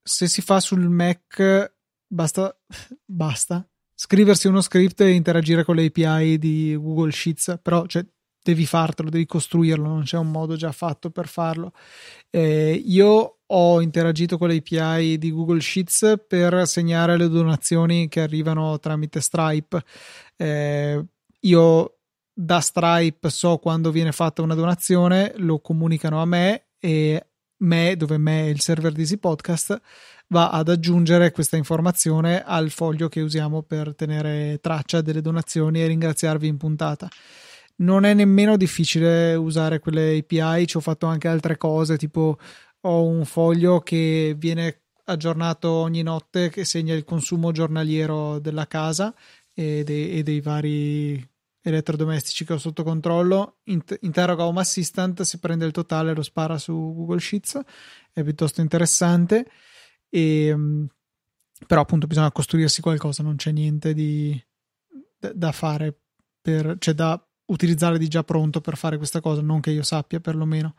se si fa sul Mac basta, basta scriversi uno script e interagire con le A P I di Google Sheets, però cioè, devi fartelo, devi costruirlo, non c'è un modo già fatto per farlo. Eh, io ho interagito con le A P I di Google Sheets per segnare le donazioni che arrivano tramite Stripe. Eh, io da Stripe so quando viene fatta una donazione, lo comunicano a me e me, dove me è il server di Easy Podcast, va ad aggiungere questa informazione al foglio che usiamo per tenere traccia delle donazioni e ringraziarvi in puntata. Non è nemmeno difficile usare quelle A P I, ci ho fatto anche altre cose, tipo ho un foglio che viene aggiornato ogni notte che segna il consumo giornaliero della casa e dei, e dei vari elettrodomestici che ho sotto controllo. Int- interroga Home Assistant, si prende il totale e lo spara su Google Sheets, è piuttosto interessante. E, però appunto bisogna costruirsi qualcosa, non c'è niente di da, da fare per, cioè da utilizzare di già pronto per fare questa cosa, non che io sappia perlomeno.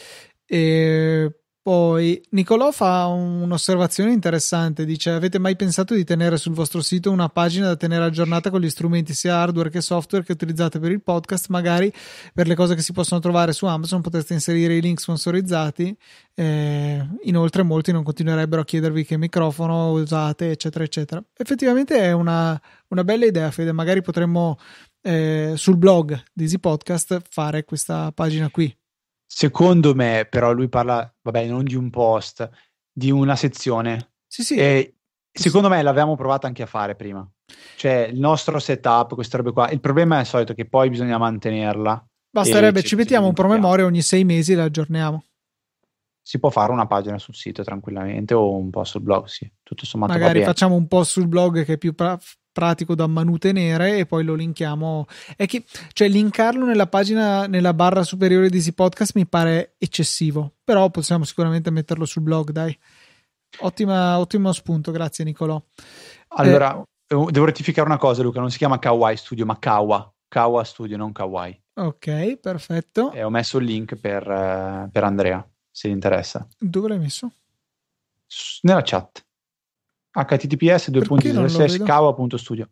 E poi Nicolò fa un'osservazione interessante, dice: avete mai pensato di tenere sul vostro sito una pagina da tenere aggiornata con gli strumenti sia hardware che software che utilizzate per il podcast? Magari per le cose che si possono trovare su Amazon potreste inserire i link sponsorizzati. Eh, inoltre molti non continuerebbero a chiedervi che microfono usate, eccetera eccetera. Effettivamente è una, una bella idea, Fede. Magari potremmo eh, sul blog di Easy Podcast fare questa pagina qui. Secondo me, però, lui parla, vabbè, non di un post, di una sezione. Sì, sì. E secondo me l'avevamo provato anche a fare prima. Cioè, il nostro setup, queste robe qua. Il problema è il solito che poi bisogna mantenerla. Basterebbe, e ci mettiamo un promemoria ogni sei mesi e la aggiorniamo. Si può fare una pagina sul sito tranquillamente o un po' sul blog, sì. Tutto sommato va Magari bene. facciamo un post sul blog che è più pra- pratico da manutenere e poi lo linkiamo. È che, cioè, linkarlo nella pagina, nella barra superiore di Easy Podcast mi pare eccessivo, però possiamo sicuramente metterlo sul blog, dai. Ottima, ottimo spunto, grazie Nicolò. Allora, Eh, devo rettificare una cosa, Luca, non si chiama Kawaii Studio, ma Kawa. Kawa Studio, non Kawaii. ok, perfetto. E ho messo il link per, eh, per Andrea, se gli interessa. Dove l'hai messo? S- nella chat. H T T P S due punti Perché non lo slash vedo? kawa punto studio.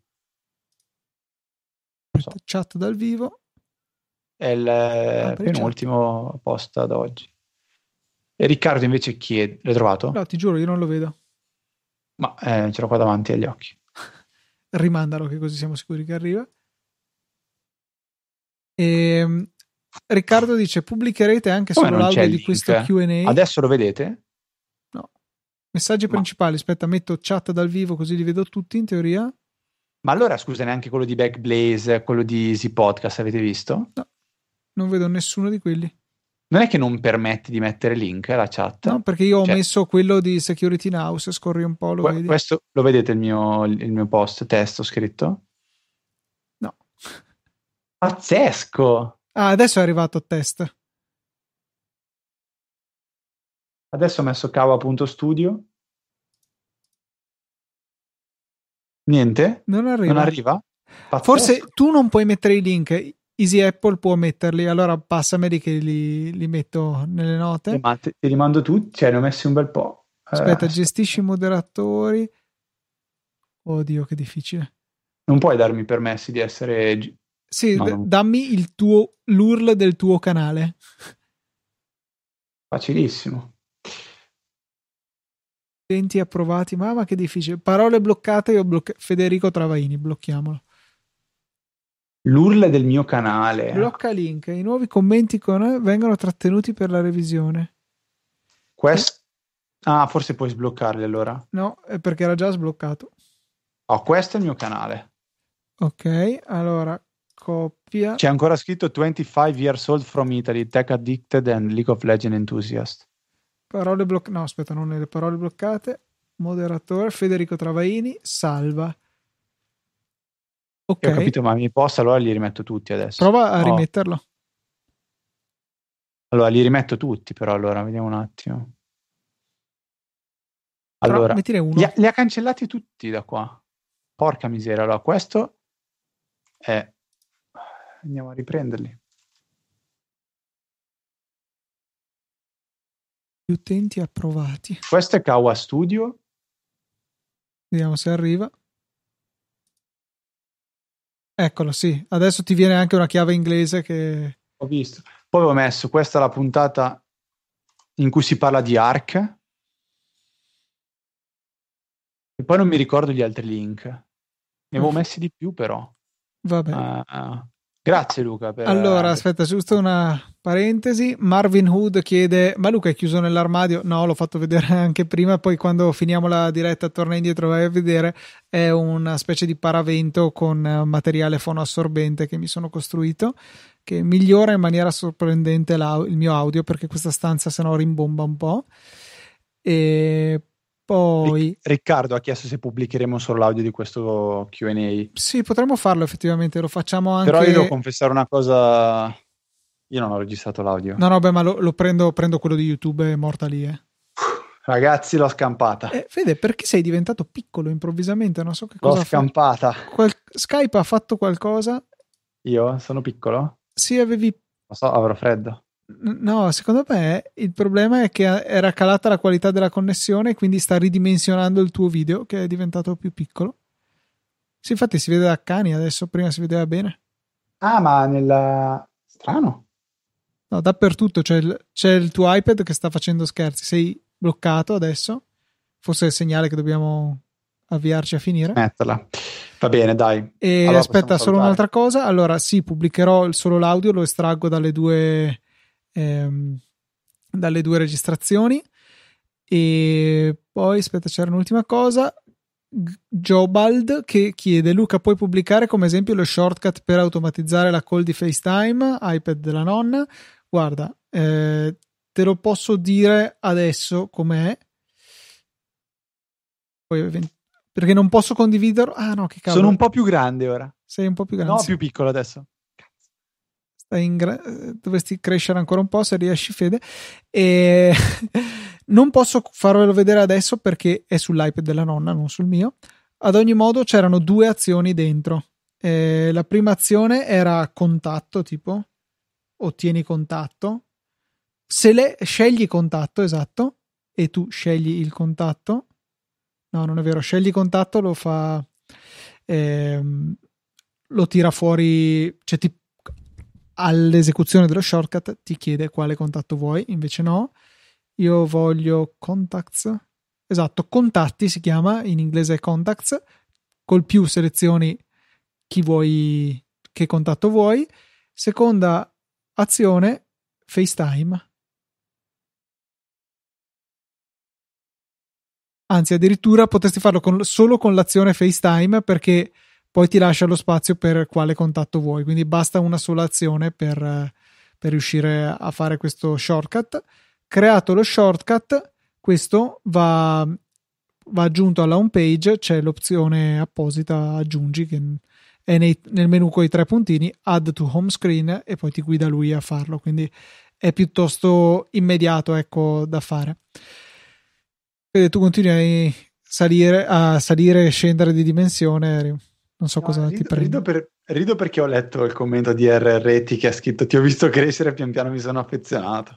Non so. Chat dal vivo. È il eh, Apri chat. penultimo post ad oggi. E Riccardo invece chiede, l'hai trovato? No, ti giuro, io non lo vedo. Ma eh, ce l'ho qua davanti agli occhi. Rimandalo che così siamo sicuri che arriva. E Riccardo dice: pubblicherete anche Come solo non c'è l'audio il di link? questo Q and A? Adesso lo vedete? No. Messaggi Ma, principali. Aspetta, metto chat dal vivo così li vedo tutti in teoria. ma allora scusa, neanche quello di Backblaze, quello di Easy Podcast, avete visto? No, non vedo nessuno di quelli. Non è che non permette di mettere link alla chat? No, perché io ho Cioè, messo quello di Security Now. Se scorri un po', lo que- vedi. questo lo vedete il mio, il mio post, testo scritto? No. Pazzesco! Ah, adesso è arrivato a test. Adesso ho messo kawa.studio. Niente? Non Non arriva. arriva? Forse Pazzesco. tu non puoi mettere i link. Easy Apple può metterli. Allora passameli che li, li metto nelle note. Ma te, te li mando tutti, cioè ne ho messi un bel po'. Eh, Aspetta, aspetta. gestisci i moderatori. Oddio, che difficile. Non puoi darmi permessi di essere... gi- Sì, No, d- non... dammi il tuo l'U R L del tuo canale. Facilissimo. venti approvati, mamma che difficile. Parole bloccate, io blocca- Federico Travaini, blocchiamolo. L'U R L del mio canale. Blocca link. I nuovi commenti con vengono trattenuti per la revisione. Quest... Ah, forse puoi sbloccarli allora. No, è perché era già sbloccato. Oh, questo è il mio canale. Ok, allora copia. C'è ancora scritto venticinque years old from Italy, tech addicted and League of Legends enthusiast. Parole bloccate. No, aspetta, non le parole bloccate. Moderatore Federico Travaini, salva. Ok. Io ho capito, ma mi posso, allora li rimetto tutti adesso. Prova a Oh. rimetterlo. Allora, li rimetto tutti, però allora, vediamo un attimo. Però Allora, mettine uno. li ha, li ha cancellati tutti da qua. Porca miseria. Allora, questo è... Andiamo a riprenderli. utenti approvati. Questo è Kawa Studio. Vediamo se arriva. Eccolo, sì. Adesso ti viene anche una chiave inglese che... Ho visto. Poi ho messo, questa è la puntata in cui si parla di Ark. E poi non mi ricordo gli altri link. Ne avevo messi di più, però. Vabbè. Uh, grazie Luca. Per... Allora, aspetta, giusto una parentesi. Marvin Hood chiede: ma Luca è chiuso nell'armadio? No, l'ho fatto vedere anche prima. Poi quando finiamo la diretta torna indietro, vai a vedere. È una specie di paravento con materiale fonoassorbente che mi sono costruito, che migliora in maniera sorprendente il mio audio, perché questa stanza sennò rimbomba un po'. E poi Riccardo ha chiesto se pubblicheremo solo l'audio di questo Q and A. Sì, potremmo farlo effettivamente, lo facciamo anche. Però io devo confessare una cosa, io non ho registrato l'audio. No, no, beh, ma lo, lo prendo, prendo quello di YouTube, è morta lì, eh. Ragazzi, l'ho scampata. Eh, Fede, perché sei diventato piccolo improvvisamente? Non so che l'ho cosa. L'ho scampata. Fa... Qual... Skype ha fatto qualcosa? Io? Sono piccolo? Sì, avevi... Non so, avrò freddo. No, secondo me il problema è che era calata la qualità della connessione, quindi sta ridimensionando il tuo video, che è diventato più piccolo. Sì, infatti si vede da cani adesso, prima si vedeva bene. Ah, ma nella... Strano. No, dappertutto c'è il, c'è il tuo iPad che sta facendo scherzi. Sei bloccato adesso? Forse è il segnale che dobbiamo avviarci a finire. Metterla. Va bene, dai. E allora aspetta, solo un'altra cosa. Allora, sì, pubblicherò solo l'audio, lo estraggo dalle due... Ehm, dalle due registrazioni. E poi aspetta, c'era un'ultima cosa. Jobald che chiede: Luca, puoi pubblicare come esempio lo shortcut per automatizzare la call di FaceTime iPad della nonna? Guarda, eh, te lo posso dire adesso com'è, poi, perché non posso condividerlo. Ah no, che cavolo, sono un po' più grande ora. Sei un po' più grande? No, più piccolo adesso. In gra- dovresti crescere ancora un po' se riesci, Fede. E non posso farvelo vedere adesso perché è sull'iPad della nonna, non sul mio. Ad ogni modo c'erano due azioni dentro. Eh, la prima azione era contatto, tipo ottieni contatto. Se le scegli contatto, esatto, e tu scegli il contatto. No, non è vero, scegli contatto, lo fa ehm, lo tira fuori, cioè ti all'esecuzione dello shortcut ti chiede quale contatto vuoi, invece no, io voglio contacts, esatto, contatti si chiama, in inglese è contacts, col più selezioni chi vuoi, che contatto vuoi. Seconda azione, FaceTime, anzi addirittura potresti farlo con, solo con l'azione FaceTime, perché poi ti lascia lo spazio per quale contatto vuoi, quindi basta una sola azione per, per riuscire a fare questo shortcut. Creato lo shortcut, questo va, va aggiunto alla home page, c'è l'opzione apposita aggiungi che è nei, nel menu con i tre puntini, add to home screen, e poi ti guida lui a farlo, quindi è piuttosto immediato, ecco, da fare. Vedi, tu continui a salire, a salire e scendere di dimensione. Non so no, cosa rido, ti prende. Rido, per, rido perché ho letto il commento di R R T che ha scritto: ti ho visto crescere e pian piano mi sono affezionato.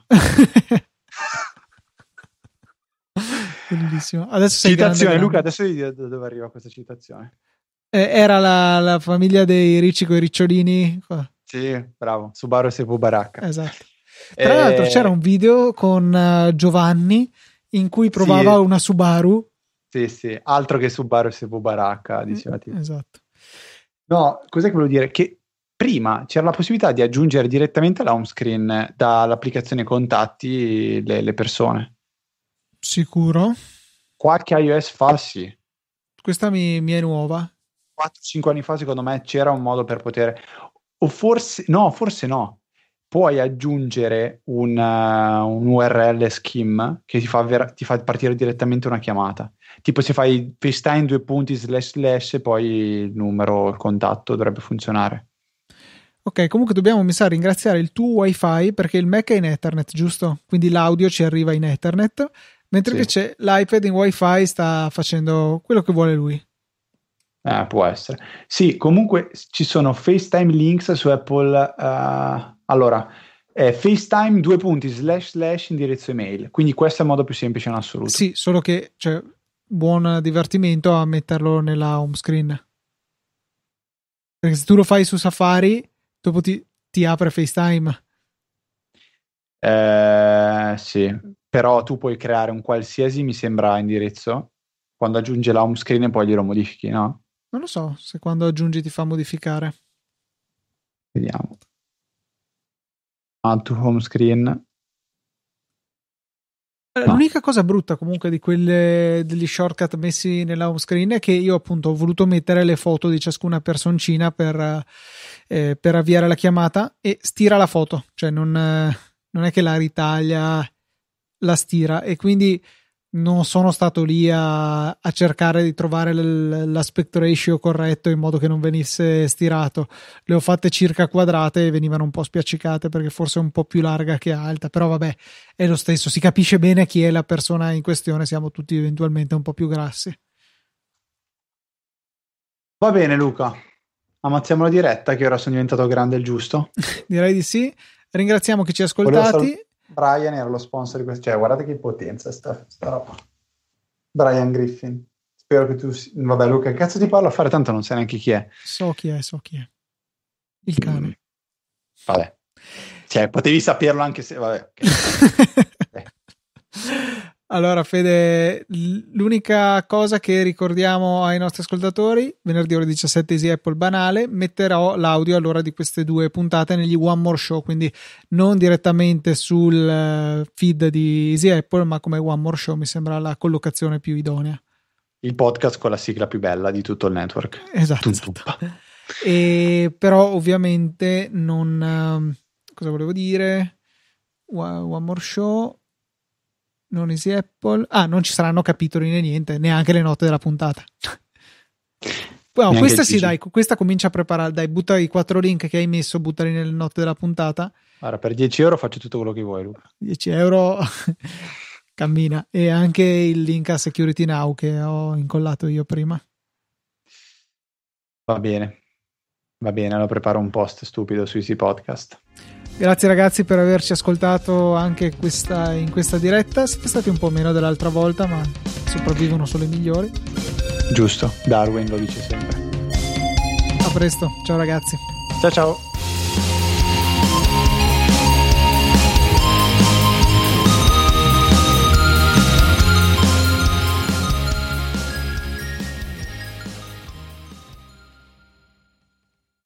Bellissimo. Adesso sei citazione, grande, Luca, grande. adesso vedi da dove arriva questa citazione. Eh, era la, la famiglia dei ricci coi ricciolini. Sì, bravo. Subaru Sepu Baracca. Esatto. Tra eh... l'altro c'era un video con uh, Giovanni in cui provava sì. una Subaru. Sì, sì, altro che Subaru Sepu Baracca, diceva tipo. Esatto. No, cos'è che volevo dire? Che prima c'era la possibilità di aggiungere direttamente alla home screen dall'applicazione contatti le, le persone. Sicuro? Qualche iOS fa sì. Questa mi, mi è nuova. quattro cinque anni fa secondo me c'era un modo per poter, o forse no, forse no, puoi aggiungere un, uh, un U R L scheme che ti fa, ver- ti fa partire direttamente una chiamata. Tipo se fai FaceTime due punti slash slash, poi il numero, il contatto dovrebbe funzionare. Ok, comunque dobbiamo, mi sa, ringraziare il tuo wifi, perché il Mac è in Ethernet, giusto? Quindi l'audio ci arriva in Ethernet, mentre sì. invece l'iPad in wifi sta facendo quello che vuole lui. Eh, può essere. Sì, comunque ci sono FaceTime links su Apple. Uh, allora, È FaceTime due punti slash slash indirizzo email, quindi questo è il modo più semplice in assoluto. Sì, solo che cioè, buon divertimento a metterlo nella home screen, perché se tu lo fai su Safari dopo ti, ti apre FaceTime. Eh, sì, però tu puoi creare un qualsiasi, mi sembra, indirizzo quando aggiunge la home screen e poi glielo modifichi, no? Non lo so se quando aggiungi ti fa modificare. Vediamo. Add to home screen. No. L'unica cosa brutta comunque di quelle degli shortcut messi nella home screen è che io appunto ho voluto mettere le foto di ciascuna personcina per, eh, per avviare la chiamata e stira la foto, cioè non, eh, non è che la ritaglia, la stira, e quindi non sono stato lì a, a cercare di trovare l, l'aspect ratio corretto in modo che non venisse stirato. Le ho fatte circa quadrate e venivano un po' spiaccicate perché forse è un po' più larga che alta, però vabbè, è lo stesso, si capisce bene chi è la persona in questione, siamo tutti eventualmente un po' più grassi. Va bene Luca, ammazziamo la diretta che ora sono diventato grande il giusto. Direi di sì. Ringraziamo chi ci ha ascoltati. Brian era lo sponsor di questo, cioè guardate che potenza sta, sta roba. Brian Griffin, spero che tu si... vabbè Luca, che cazzo ti parlo a fare, tanto non sai neanche chi è. So chi è, so chi è il cane. Mm. Vabbè, cioè potevi saperlo anche se vabbè. Okay. Allora Fede, l'unica cosa che ricordiamo ai nostri ascoltatori: venerdì ore diciassette Easy Apple banale, metterò l'audio allora di queste due puntate negli One More Show, quindi non direttamente sul feed di Easy Apple ma come One More Show, mi sembra la collocazione più idonea. Il podcast con la sigla più bella di tutto il network. Esatto, esatto. E però ovviamente non cosa volevo dire One More Show non Easy Apple, ah non ci saranno capitoli né niente, neanche le note della puntata. Well, questa sì dai, questa comincia a preparare, dai, butta i quattro link che hai messo, buttali nelle note della puntata. Allora, per dieci euro faccio tutto quello che vuoi Luca. dieci euro cammina, e anche il link a Security Now che ho incollato io prima. Va bene, va bene, lo preparo un post stupido su Easy Podcast. Grazie ragazzi per averci ascoltato anche questa, in questa diretta. Siete stati un po' meno dell'altra volta, ma sopravvivono solo i migliori. Giusto, Darwin lo dice sempre. A presto, ciao ragazzi. Ciao ciao.